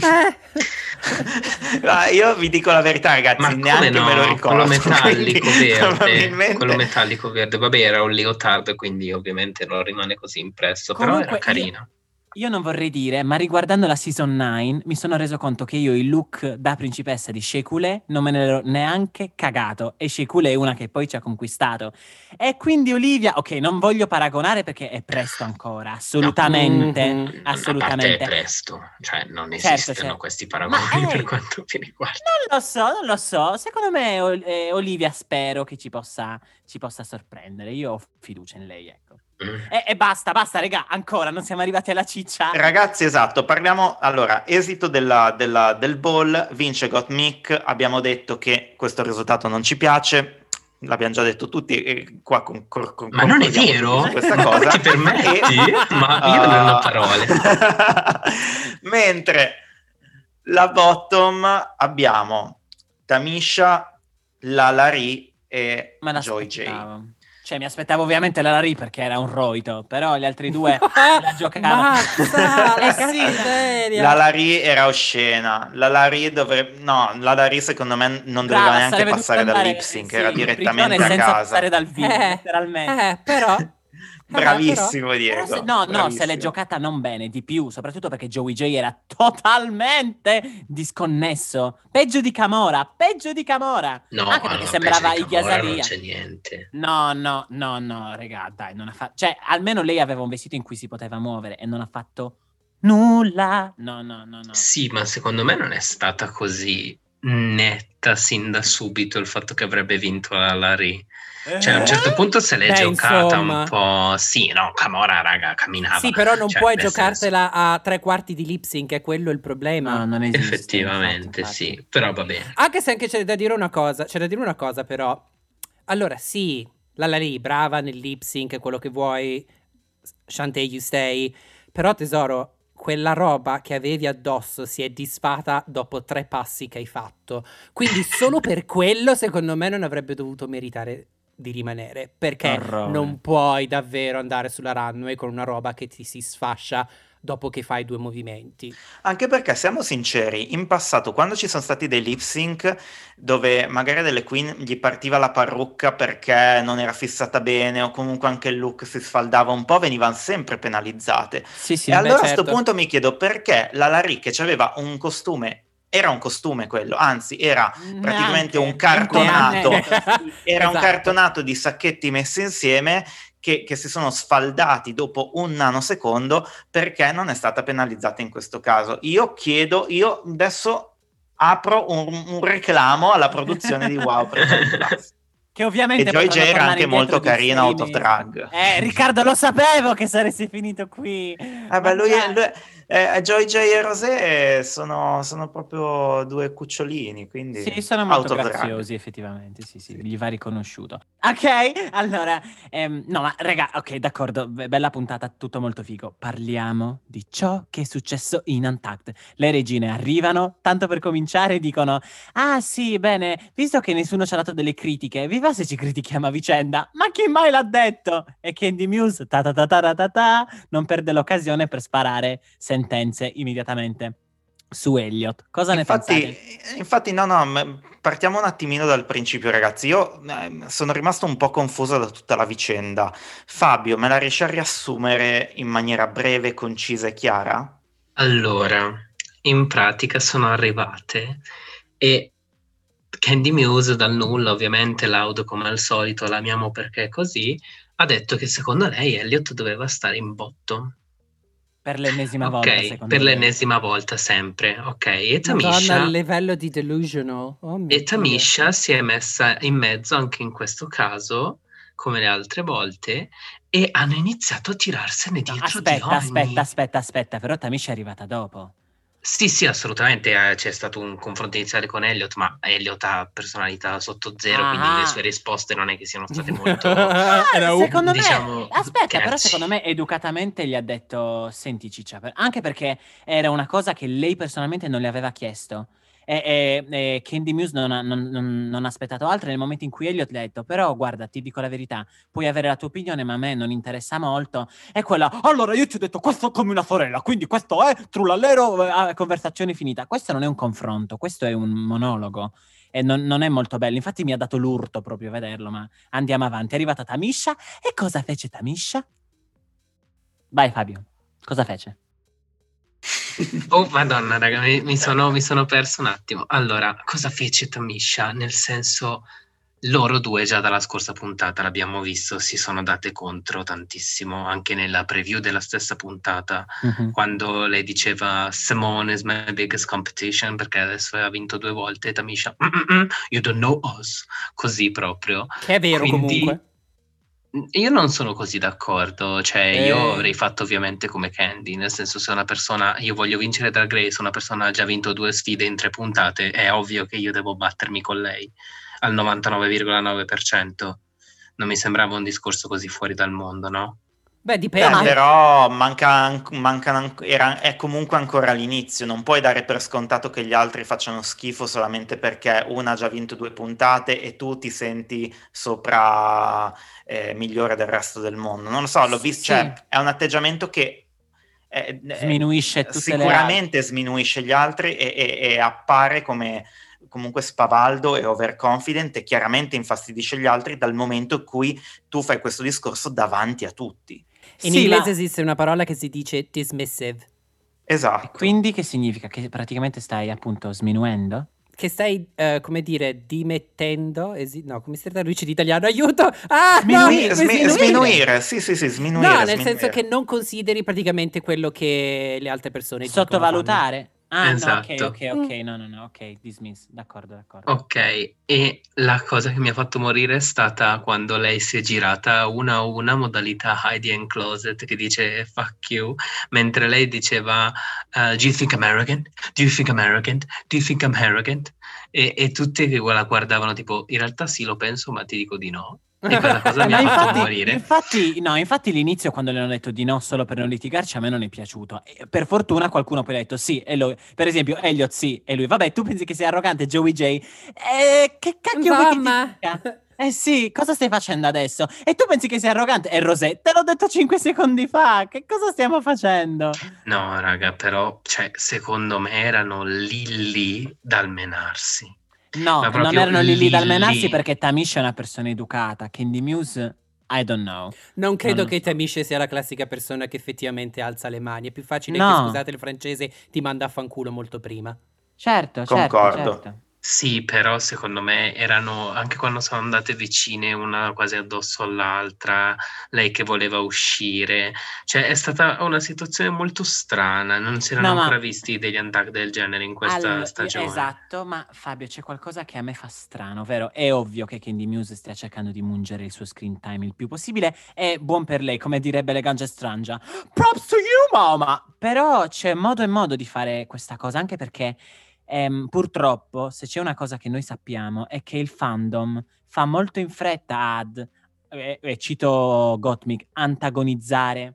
Ah, io vi dico la verità, ragazzi, Ma come neanche no? me lo ricordo. Quello metallico quindi verde, probabilmente- quello metallico verde, vabbè, era un leotardo, quindi ovviamente non rimane così impresso, però Comunque, era carina. Io non vorrei dire, ma riguardando la season nove mi sono reso conto che io il look da principessa di Shea Coulee non me ne ero neanche cagato, e Shea Coulee è una che poi ci ha conquistato. E quindi Olivia, ok, non voglio paragonare perché è presto ancora, assolutamente, Mhm. A parte assolutamente. è presto, cioè non Certo, esistono certo. questi paragoni Ma, per eh, quanto mi riguarda. Non lo so, non lo so. Secondo me Ol- eh, Olivia spero che ci possa, ci possa sorprendere. Io ho fiducia in lei, ecco. Mm. E, e basta, basta, regà, ancora, non siamo arrivati alla ciccia. Ragazzi, esatto, parliamo, allora, esito della- della- del ball, vince Gottmik, abbiamo detto che questo risultato non ci piace, l'abbiamo già detto tutti, e qua con, con, con- Ma non è concordiamo vero? tutti su questa Ma cosa. ti permetti? E- Ma io non ho Ah. parole. Mentre la bottom abbiamo Tamisha, Lalari e Me Joy J. l'aspettavo. Cioè, mi aspettavo ovviamente la Larry perché era un roito, però gli altri due la giocavano. Mazza, la Eh sì, cattiveria. La Larry era oscena. La Larry dovrebbe. No, la Larry secondo me non doveva Brava, neanche sarebbe passare dovuto dal andare, lip sync, sì, era in direttamente prigione a senza casa. passare dal vivo, Eh, letteralmente. Eh, però... Bravissimo, Però Diego. se- no, no, bravissimo. se l'è giocata non bene, di più, soprattutto perché Joey J era totalmente disconnesso. Peggio di Camora, peggio di Camora. No, Anche perché no, sembrava peggio di Iggy Camora Azalea. non c'è niente. No, no, no, no, regà, dai, non ha fatto... Cioè, almeno lei aveva un vestito in cui si poteva muovere e non ha fatto nulla. No, no, no, no. Sì, ma secondo me non è stata così netta sin da subito il fatto che avrebbe vinto la Larry. Cioè a un certo punto se l'è Beh, giocata insomma. un po'. Sì, no, Camora raga camminava. Sì, però non Cioè, puoi nel giocartela a tre quarti di lip sync, è quello il problema. No, non esiste. Effettivamente, infatti, infatti. sì, però va bene. Anche se anche c'è da dire una cosa, c'è da dire una cosa però. Allora, sì, la Lali, brava nel lip sync, quello che vuoi, Shantae You Stay, però tesoro, quella roba che avevi addosso si è disfata dopo tre passi che hai fatto. Quindi solo per quello, secondo me, non avrebbe dovuto meritare di rimanere, perché Orrore. non puoi davvero andare sulla runway con una roba che ti si sfascia dopo che fai due movimenti. Anche perché, siamo sinceri, in passato, quando ci sono stati dei lip sync dove magari delle queen gli partiva la parrucca perché non era fissata bene o comunque anche il look si sfaldava un po', venivano sempre penalizzate. Sì, sì, e beh, allora a certo. sto punto mi chiedo perché la Larry, che aveva un costume, era un costume quello, anzi era praticamente un cartonato, era un Esatto. cartonato di sacchetti messi insieme che, che si sono sfaldati dopo un nanosecondo, perché non è stata penalizzata in questo caso. Io chiedo, io adesso apro un, un reclamo alla produzione di Wow Pretend Plus. Che ovviamente E Joy J potranno era tornare anche molto indietro di carina sei out of mesi. drag. Eh, Riccardo, lo sapevo che saresti finito qui. Eh beh, lui, è- lui è- eh, Joy J e Rosé sono, sono proprio due cucciolini, quindi Sì, sono out molto of drag. graziosi, effettivamente. Sì, sì, gli va riconosciuto. Ok, allora, ehm, no, ma raga, ok, d'accordo, be- bella puntata, tutto molto figo. Parliamo di ciò che è successo in Untucked. Le regine arrivano, tanto per cominciare dicono: ah sì, bene, visto che nessuno ci ha dato delle critiche, vi va se ci critichiamo a vicenda? Ma chi mai l'ha detto? E Candy Muse, ta ta ta ta ta ta ta, non perde l'occasione per sparare sentenze immediatamente su Elliot. Cosa ne pensate? Infatti, infatti, no, no, m- partiamo un attimino dal principio, ragazzi. Io eh, sono rimasto un po' confuso da tutta la vicenda. Fabio, me la riesci a riassumere in maniera breve, concisa e chiara? Allora, in pratica sono arrivate e Candy Muse dal nulla, ovviamente loud come al solito, l'amiamo perché è così, ha detto che secondo lei Elliot doveva stare in botto. Per l'ennesima Ok, volta, secondo per me. l'ennesima volta sempre, ok. E Madonna, Tamisha, il livello di delusional. Oh mio e Tamisha si è messa in mezzo anche in questo caso, come le altre volte, e hanno iniziato a tirarsene dietro di Aspetta, ogni. aspetta, aspetta, aspetta, però Tamisha è arrivata dopo. Sì, sì, assolutamente, eh, c'è stato un confronto iniziale con Elliot, ma Elliot ha personalità sotto zero, quindi Ah. le sue risposte non è che siano state molto, Ah, secondo diciamo, me, aspetta, però catchy. secondo me educatamente gli ha detto: senti Ciccia, per- anche perché era una cosa che lei personalmente non le aveva chiesto. E, e- e Candy Muse non ha, non- non- non ha aspettato altro nel momento in cui Elliot le ha detto: però guarda, ti dico la verità, puoi avere la tua opinione, ma a me non interessa molto. E quella: allora io ti ho detto questo è come una sorella, quindi questo è trullallero, eh, conversazione finita. Questo non è un confronto, questo è un monologo. E non, non è molto bello. Infatti mi ha dato l'urto proprio vederlo, ma andiamo avanti. È arrivata Tamisha. E cosa fece Tamisha? Vai Fabio, cosa fece? Oh, madonna, raga, mi, mi sono, mi sono perso un attimo. Allora, cosa fece Tamisha? Nel senso, loro due già dalla scorsa puntata, l'abbiamo visto, si sono date contro tantissimo, anche nella preview della stessa puntata, quando lei diceva Simone is my biggest competition, perché adesso ha vinto due volte, e Tamisha, "Mm-mm-mm, you don't know us", così proprio. Che è vero Quindi, comunque. io non sono così d'accordo, cioè io Eh. avrei fatto ovviamente come Candy, nel senso, se una persona, io voglio vincere Drag Race, una persona ha già vinto due sfide in tre puntate, è ovvio che io devo battermi con lei al novantanove virgola nove per cento. Non mi sembrava un discorso così fuori dal mondo, no? Beh, Beh, dipende. però manca, an- mancano an- era- è comunque ancora all'inizio, non puoi dare per scontato che gli altri facciano schifo solamente perché una ha già vinto due puntate e tu ti senti sopra eh, migliore del resto del mondo. Non lo so, l'ho visto, Sì. cioè, è un atteggiamento che eh, eh, Sminuisce tutte le sicuramente sminuisce gli altri e, e- e appare come comunque spavaldo e overconfident e chiaramente infastidisce gli altri dal momento in cui tu fai questo discorso davanti a tutti. In Sì, inglese ma- esiste una parola che si dice dismissive, Esatto. Quindi che significa? Che praticamente stai appunto sminuendo? che stai, eh, come dire, dimettendo, esi- no, come si traduce in italiano, aiuto! Ah, Sminui- no, smi- sminuire. sminuire, sì, sì, sì, sminuire. No, nel sminuire. senso che non consideri praticamente quello che le altre persone dicono, Sottovalutare? Ah, Esatto. no, ok, ok, ok, no, no, no, ok, dismiss, d'accordo, d'accordo. Ok, e la cosa che mi ha fatto morire è stata quando lei si è girata una a una, modalità Heidi and Closet, che dice fuck you, mentre lei diceva uh, do you think I'm arrogant? Do you think I'm arrogant? Do you think I'm arrogant? E, e tutti che la guardavano tipo, in realtà sì, lo penso, ma ti dico di no. E quella cosa mi Ma ha fatto infatti, morire. infatti, no, infatti l'inizio quando le hanno detto di no solo per non litigarci a me non è piaciuto. E per fortuna qualcuno poi ha detto sì, e lui, per esempio Elliot sì, e lui, vabbè, tu pensi che sia arrogante, Joey J? Eh, che cacchio vuoi che ti dica? Eh sì, cosa stai facendo adesso? E tu pensi che sia arrogante? E Rosé, te l'ho detto cinque secondi fa, che cosa stiamo facendo? No, raga, però, cioè, secondo me erano lì lì dal menarsi. No, Ma non proprio erano lì lì dal menarsi lì. perché Tamisha è una persona educata. Candy Muse, I don't know. Non credo Non che so. Tamisha sia la classica persona che effettivamente alza le mani. È più facile che, No. scusate il francese, ti manda a fanculo molto prima. Certo, certo, Concordo. certo. Sì, però secondo me erano, anche quando sono andate vicine una quasi addosso all'altra, lei che voleva uscire, cioè è stata una situazione molto strana, non si erano No, ma- ancora visti degli attack del genere in questa Al- stagione. Esatto, ma Fabio, c'è qualcosa che a me fa strano, vero? È ovvio che Candy Muse stia cercando di mungere il suo screen time il più possibile, è buon per lei, come direbbe Elegante Strangia. Props to you, mama! Però c'è modo e modo di fare questa cosa, anche perché ehm, purtroppo, se c'è una cosa che noi sappiamo, è che il fandom fa molto in fretta ad, e, e cito Gottmik, antagonizzare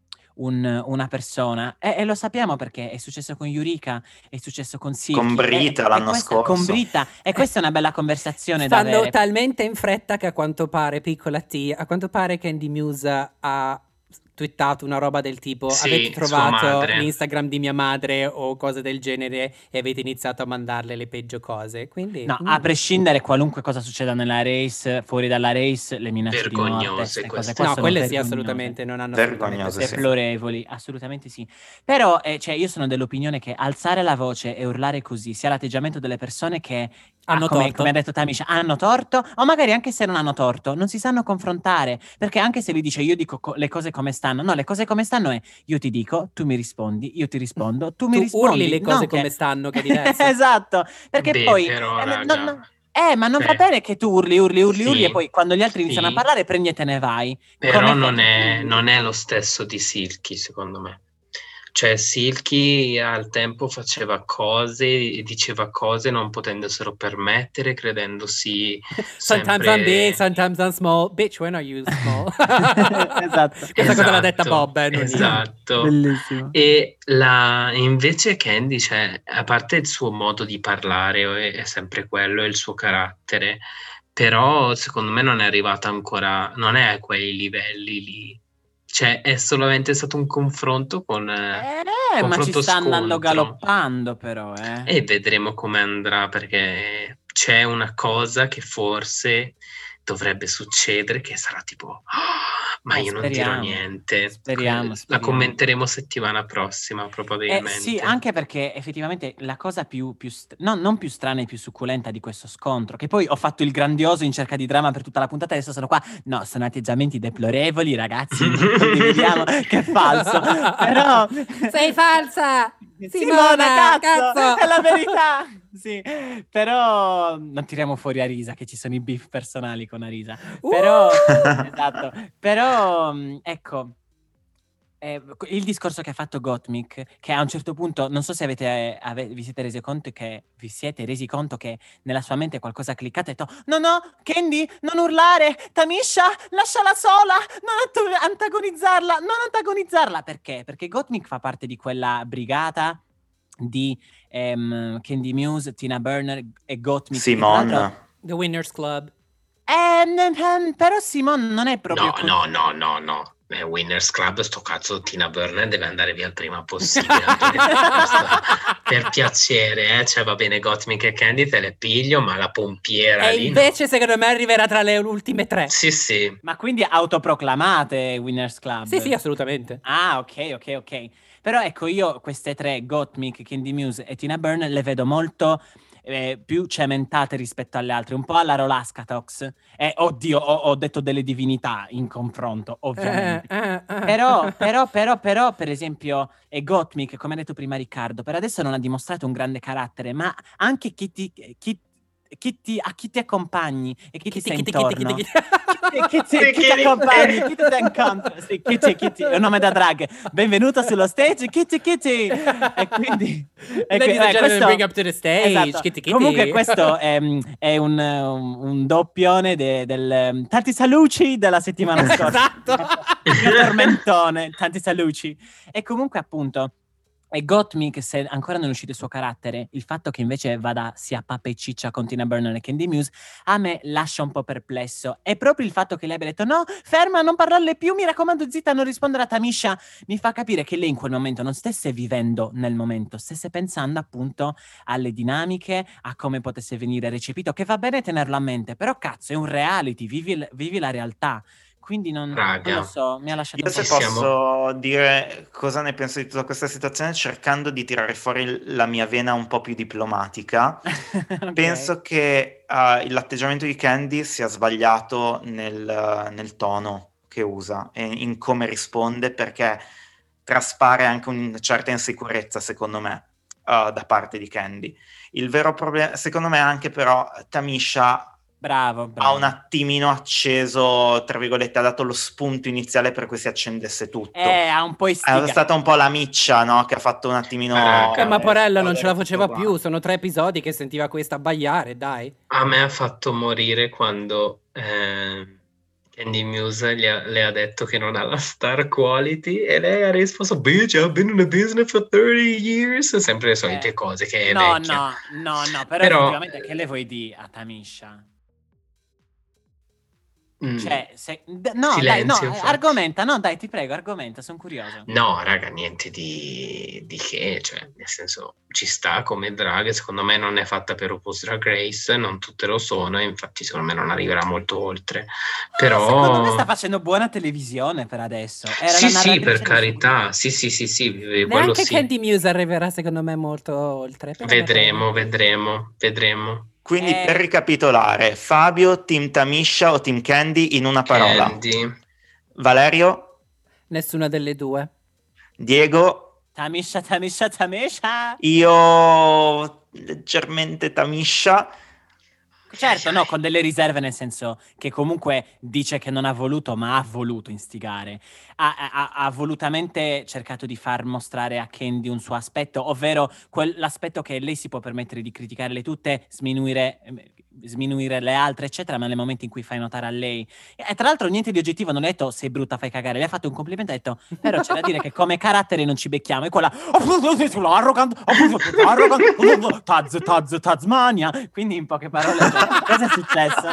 un- una persona e, e lo sappiamo perché è successo con Eureka, è successo con Silky, Con Brita e- e l'anno questa- scorso. con Brita, e questa è una bella conversazione da Stanno avere. talmente in fretta che a quanto pare, piccola T, a quanto pare Candy Muse ha twittato una roba del tipo Sì, avete sua trovato madre. l'Instagram di mia madre o cose del genere e avete iniziato a mandarle le peggio cose. Quindi No, mm. a prescindere qualunque cosa succeda nella race, fuori dalla race, le minacce di morte, Vergognose queste cose queste. qua No, sono quelle sì, vergognose. assolutamente non hanno Vergognose, assolutamente sì. Deplorevoli, assolutamente sì. Però, eh, cioè, io sono dell'opinione che alzare la voce e urlare così sia l'atteggiamento delle persone che Hanno ah, come, torto. come ha detto Tamisha, hanno torto, o magari anche se non hanno torto, non si sanno confrontare. Perché anche se lui dice io dico co- le cose come stanno, no, le cose come stanno è io ti dico, tu mi rispondi, io ti rispondo, tu mi Tu rispondi. urli le cose non come che- stanno, che è diverso. Esatto, perché Beh, poi però, eh, no- raga, no- eh, ma non cioè, va bene che tu urli, urli, urli, sì, urli e poi quando gli altri sì. iniziano a parlare prendi e te ne vai. Però Come non fai è, tu? non è lo stesso di Silky, secondo me. Cioè, Silky al tempo faceva cose e diceva cose non potendoselo permettere, credendosi Sometimes sempre... I'm big, sometimes I'm small. Bitch, when are you small? Esatto. Questa cosa l'ha detta Esatto, Bob, eh, non io. esatto. Bellissimo. E la, invece Candy, cioè, a parte il suo modo di parlare, è, è sempre quello, è il suo carattere, però secondo me non è arrivata ancora, non è a quei livelli lì. Cioè, è solamente stato un confronto con... Eh, ma ci confronto sta andando scontro. galoppando però, eh. E vedremo come andrà, perché c'è una cosa che forse dovrebbe succedere, che sarà tipo... "Ah, ma Eh, io non dirò speriamo. niente. Speriamo, La speriamo. commenteremo settimana prossima, Eh, probabilmente. sì, anche perché effettivamente la cosa più, più st- no, non più strana e più succulenta di questo scontro, che poi ho fatto il grandioso in cerca di dramma per tutta la puntata, adesso sono qua, no, sono atteggiamenti deplorevoli, ragazzi, non condividiamo, che è falso, però... Sei falsa! Simona, Simona, cazzo, cazzo! è la verità! Sì, però non tiriamo fuori Arisa, che ci sono i beef personali con Arisa. Però, esatto, però, mh, ecco, eh, il discorso che ha fatto Gottmik, che a un certo punto, non so se avete, ave- vi siete resi conto che, vi siete resi conto che nella sua mente qualcosa ha cliccato e ha detto, no, no, Candy, non urlare, Tamisha, lasciala sola, non anto- antagonizzarla, non antagonizzarla. Perché? Perché Gottmik fa parte di quella brigata di ehm, Candy Muse, Tina Burner e Gottmik. che tra l'altro- Simon. The Winners Club. Eh, n- n- però Simon non è proprio No, così. no, no, no, no. Eh, Winners Club, sto cazzo Tina Burner deve andare via il prima possibile. Per piacere, eh? Cioè va bene Gottmik e Candy te le piglio, ma la pompiera E lì no. invece secondo me arriverà tra le ultime tre. Sì, sì. Ma quindi autoproclamate Winners Club? Sì, sì, assolutamente. Ah, ok, ok, ok. Però ecco, io queste tre, Gottmik, Candy Muse e Tina Burner, le vedo molto eh, più cementate rispetto alle altre, un po' alla Rolaskatox. Eh, oddio, ho, ho detto delle divinità in confronto, ovviamente. Eh, eh, eh. Però, però, però, però, per esempio, e Gottmik, come ha detto prima Riccardo, per adesso non ha dimostrato un grande carattere, ma anche chi ti... Chi, chi ti, a chi ti accompagni e chi, chi ti sta intorno, chi ti, chi ti accompagni, chi ti sta incontro, sì, Kitty, Kitty, è un nome da drag. Benvenuto sullo stage, Kitty, Kitty. E quindi e que- eh, questo, bring up to the stage, esatto. Kitty, Kitty. Comunque questo è, è un, un, un doppione de, del tanti saluci della settimana scorsa. Esatto. Il tormentone, tanti saluci. E comunque appunto e Gottmik, se ancora non è uscito il suo carattere, il fatto che invece vada sia pappa e ciccia con Tina Burner e Candy Muse, a me lascia un po' perplesso. E proprio il fatto che lei abbia detto no, ferma, non parlarle più, mi raccomando zitta, non rispondere a Tamisha, mi fa capire che lei in quel momento non stesse vivendo nel momento, stesse pensando appunto alle dinamiche, a come potesse venire recepito, che va bene tenerlo a mente, però cazzo, è un reality, vivi, vivi la realtà. Quindi non, non lo so, mi ha lasciato Io un po' se posso dire cosa ne penso di tutta questa situazione, cercando di tirare fuori la mia vena un po' più diplomatica, okay. Penso che uh, l'atteggiamento di Candy sia sbagliato nel, nel tono che usa e in come risponde, perché traspare anche una certa insicurezza, secondo me, uh, da parte di Candy. Il vero problema, secondo me, anche però Tamisha Bravo, bravo. ha un attimino acceso, tra virgolette, ha dato lo spunto iniziale per cui si accendesse tutto. Eh, ha un po' istigato. È stata un po' la miccia, no? Che ha fatto un attimino... Eh, ma Porella non ce la eh, faceva qua. più, sono tre episodi che sentiva questa abbaiare, dai. A me ha fatto morire quando eh, Candy Muse gli ha, le ha detto che non ha la star quality e lei ha risposto bitch, I've been in the business for thirty years, sempre le solite eh. cose che è no, vecchia. No, no, no, però, però effettivamente che le vuoi dire a Tamisha? Mm. Cioè, se, d- no, Silenzio, dai, no, infatti. argomenta, no, dai, ti prego, argomenta, sono curioso. No, raga, niente di, di che, cioè, nel senso, ci sta come drag, secondo me non è fatta per RuPaul's Drag Race, non tutte lo sono, e infatti secondo me non arriverà molto oltre, però... Secondo me sta facendo buona televisione per adesso. Era sì, la sì, per narratrice carità, sì, sì, sì, sì, quello Neanche sì. Candy Muse arriverà secondo me molto oltre. però Vedremo, vedremo, vedremo. Quindi Eh. per ricapitolare, Fabio, team Tamisha o team Candy in una parola? Candy. Valerio? Nessuna delle due. Diego? Tamisha, Tamisha, Tamisha. Io leggermente Tamisha. Certo, no, con delle riserve, nel senso che comunque dice che non ha voluto, ma ha voluto instigare. Ha, ha, ha volutamente cercato di far mostrare a Candy un suo aspetto, ovvero quell'aspetto che lei si può permettere di criticarle tutte, sminuire, sminuire le altre, eccetera, ma nel momento in cui fai notare a lei... E tra l'altro niente di oggettivo, non ha detto sei brutta, fai cagare, le ha fatto un complimento, ha detto però c'è da dire che come carattere non ci becchiamo, e quella... arrogant, arrogant, Taz, Taz, Tasmania, quindi in poche parole... Cosa è successo?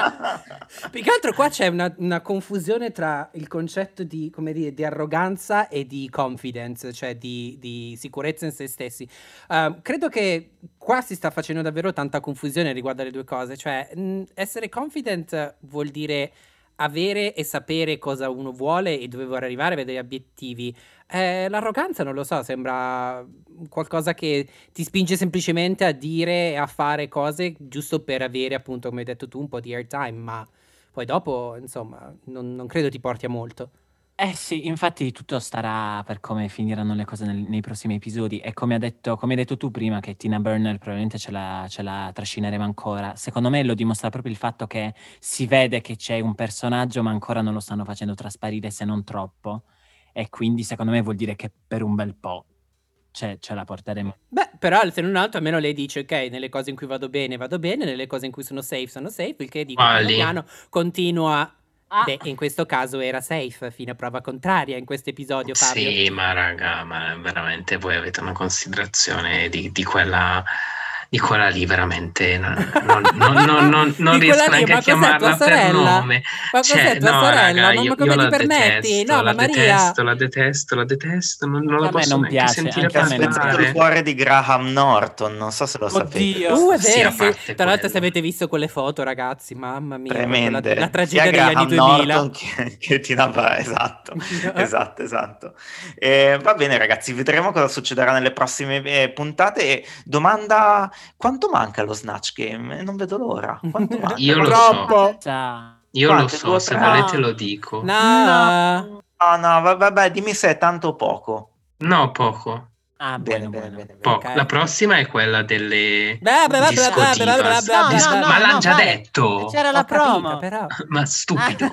Più che altro qua c'è una, una confusione tra il concetto di, come dire, di arroganza e di confidence, cioè di, di sicurezza in se stessi. Uh, credo che qua si sta facendo davvero tanta confusione riguardo alle due cose, cioè mh, essere confident vuol dire avere e sapere cosa uno vuole e dove vuole arrivare, vedere gli obiettivi. Eh, l'arroganza non lo so, sembra qualcosa che ti spinge semplicemente a dire e a fare cose giusto per avere, appunto, come hai detto tu, un po' di airtime, ma poi dopo, insomma, non, non credo ti porti a molto. Eh sì, infatti tutto starà per come finiranno le cose nel- nei prossimi episodi, e come ha detto, come hai detto tu prima, che Tina Burner probabilmente ce la, ce la trascineremo ancora. Secondo me lo dimostra proprio il fatto che si vede che c'è un personaggio ma ancora non lo stanno facendo trasparire, se non troppo, e quindi secondo me vuol dire che per un bel po' ce, ce la porteremo. Beh, però se non altro almeno lei dice ok, nelle cose in cui vado bene vado bene, nelle cose in cui sono safe sono safe, il che dico piano Quali? piano continua. Ah. Beh, in questo caso era safe fino a prova contraria in questo episodio, Fabio. Sì, ma raga, ma veramente voi avete una considerazione di, di quella di quella lì veramente non, non, non, non, non, non Di riesco quella lì, neanche ma a cos'è, chiamarla tua per sorella? nome. Ma cos'è Cioè, tua no, sorella? raga, Ma io, come io ti la permetti? detesto, No, la ma Maria... detesto, la detesto, la detesto, non, non la Anche a me posso non neanche piace, sentire anche a me non Spezzato il parlare. cuore di Graham Norton, non so se lo sapete. Oddio. Uh, è Sì, vero, a sì. parte Tra l'altro, quello. se avete visto quelle foto, ragazzi, mamma mia, proprio Tremende, la, la sia tragedia degli Graham anni duemila. Norton che, che Tina Burner, esatto, esatto, esatto. Eh, va bene ragazzi, vedremo cosa succederà nelle prossime eh, puntate. E domanda Quanto manca lo Snatch Game? Non vedo l'ora. Quanto manca? Io lo Troppo. so. Io Quante? lo so, Due, se tre? volete No. lo dico. No. No, no, va- vabbè, dimmi se è tanto o poco. No, poco. Ah, Bene, bueno, bene, bueno. bene, bene. Poco. Ok. La prossima è quella delle Bla, bla, bla, disco bla, bla, bla, divas. bla, bla, Dis- bla, bla. ma l'hanno no, già vale. detto. C'era la Ho capito, promo. però. Ma stupido.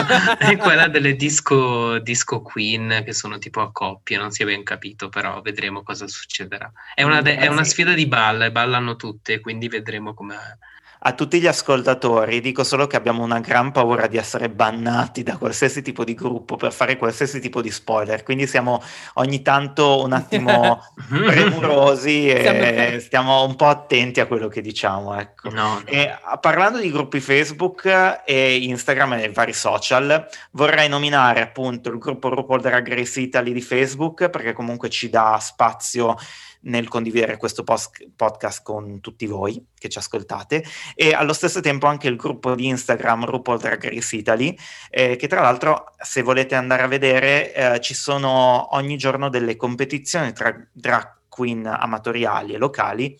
È quella delle disco, disco queen che sono tipo a coppie, non si è ben capito, però vedremo cosa succederà. È una, de- è una sfida di balla e ballano tutte, quindi vedremo come. A tutti gli ascoltatori dico solo che abbiamo una gran paura di essere bannati da qualsiasi tipo di gruppo per fare qualsiasi tipo di spoiler, quindi siamo ogni tanto un attimo premurosi e Siamo- stiamo un po' attenti a quello che diciamo, ecco. No, no. E a- parlando di gruppi Facebook e Instagram e vari social, vorrei nominare appunto il gruppo RuPaul Drag Race Italy di Facebook, perché comunque ci dà spazio nel condividere questo post- podcast con tutti voi che ci ascoltate, e allo stesso tempo anche il gruppo di Instagram RuPaul Drag Race Italy, eh, che tra l'altro, se volete andare a vedere, eh, ci sono ogni giorno delle competizioni tra drag queen amatoriali e locali,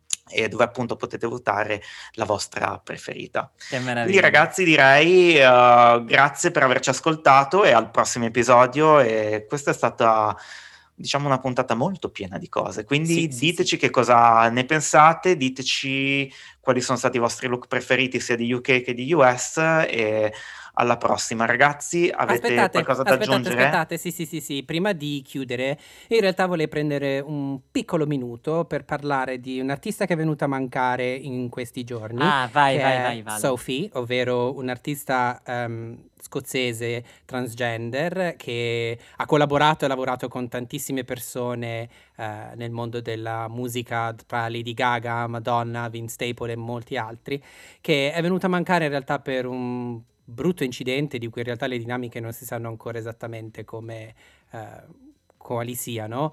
e dove appunto potete votare la vostra preferita. Che meraviglia. Quindi ragazzi direi uh, grazie per averci ascoltato e al prossimo episodio, e questa è stata, diciamo, una puntata molto piena di cose, quindi Sì, sì, diteci che cosa ne pensate, diteci quali sono stati i vostri look preferiti sia di U K che di U S, e alla prossima ragazzi. Avete Aspettate, qualcosa da aspettate, aggiungere? aspettate, sì, sì, sì, sì. Prima di chiudere, in realtà volevo prendere un piccolo minuto per parlare di un artista che è venuto a mancare in questi giorni. Ah, vai, che vai, è vai, Vale. Sophie, ovvero un artista ehm, scozzese transgender che ha collaborato e lavorato con tantissime persone eh, nel mondo della musica, tra Lady Gaga, Madonna, Vince Staples e molti altri, che è venuto a mancare in realtà per un brutto incidente di cui in realtà le dinamiche non si sanno ancora esattamente come eh, quali siano,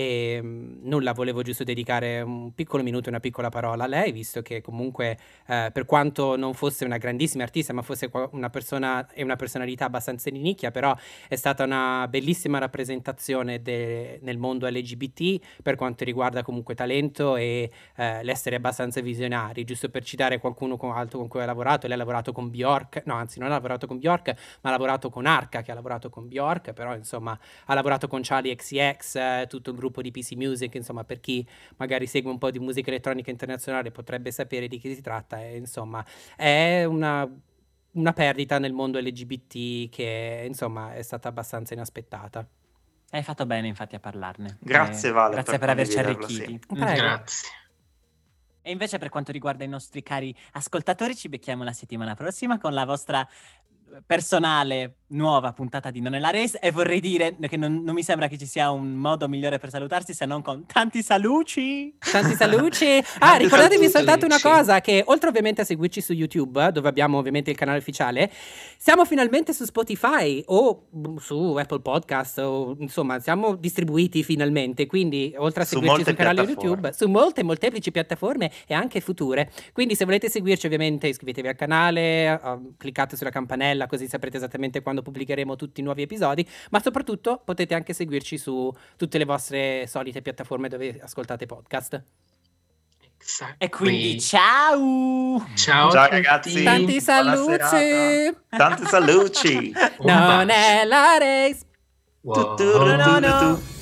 e mh, nulla, volevo giusto dedicare un piccolo minuto e una piccola parola a lei, visto che comunque eh, per quanto non fosse una grandissima artista, ma fosse qua- una persona e una personalità abbastanza di nicchia, però è stata una bellissima rappresentazione de- nel mondo L G B T per quanto riguarda comunque talento e eh, l'essere abbastanza visionari. Giusto per citare qualcuno con altro con cui ha lavorato, lei ha lavorato con Bjork, no anzi non ha lavorato con Bjork, ma ha lavorato con Arca, che ha lavorato con Bjork, però insomma ha lavorato con Charlie X C X, eh, tutto il gruppo di P C Music, insomma per chi magari segue un po' di musica elettronica internazionale potrebbe sapere di chi si tratta, e insomma è una, una perdita nel mondo L G B T che insomma è stata abbastanza inaspettata. Hai fatto bene infatti a parlarne. Grazie, Eh, Vale, Grazie per per averci condividerlo, arricchiti. sì. Prego. Grazie. E invece per quanto riguarda i nostri cari ascoltatori, ci becchiamo la settimana prossima con la vostra personale nuova puntata di Non è la Race, e vorrei dire che non, non mi sembra che ci sia un modo migliore per salutarsi se non con tanti saluci. Tanti saluci. Ah, Tanti ricordatevi saluti, soltanto una saluci. cosa, che oltre ovviamente a seguirci su YouTube, dove abbiamo ovviamente il canale ufficiale, siamo finalmente su Spotify o mm, su Apple Podcast, o insomma siamo distribuiti finalmente, quindi oltre a Su seguirci molte sul canale piattaforme. YouTube, su molte molteplici piattaforme e anche future. Quindi se volete seguirci ovviamente iscrivetevi al canale, uh, cliccate sulla campanella così saprete esattamente quando pubblicheremo tutti i nuovi episodi, ma soprattutto potete anche seguirci su tutte le vostre solite piattaforme dove ascoltate podcast. E quindi ciao! Ciao, Ciao a tutti. ragazzi. Tanti Buona saluti! serata. Tanti saluci. Un Non bacio. è la race! Wow. Tu, tu, tu, tu, tu.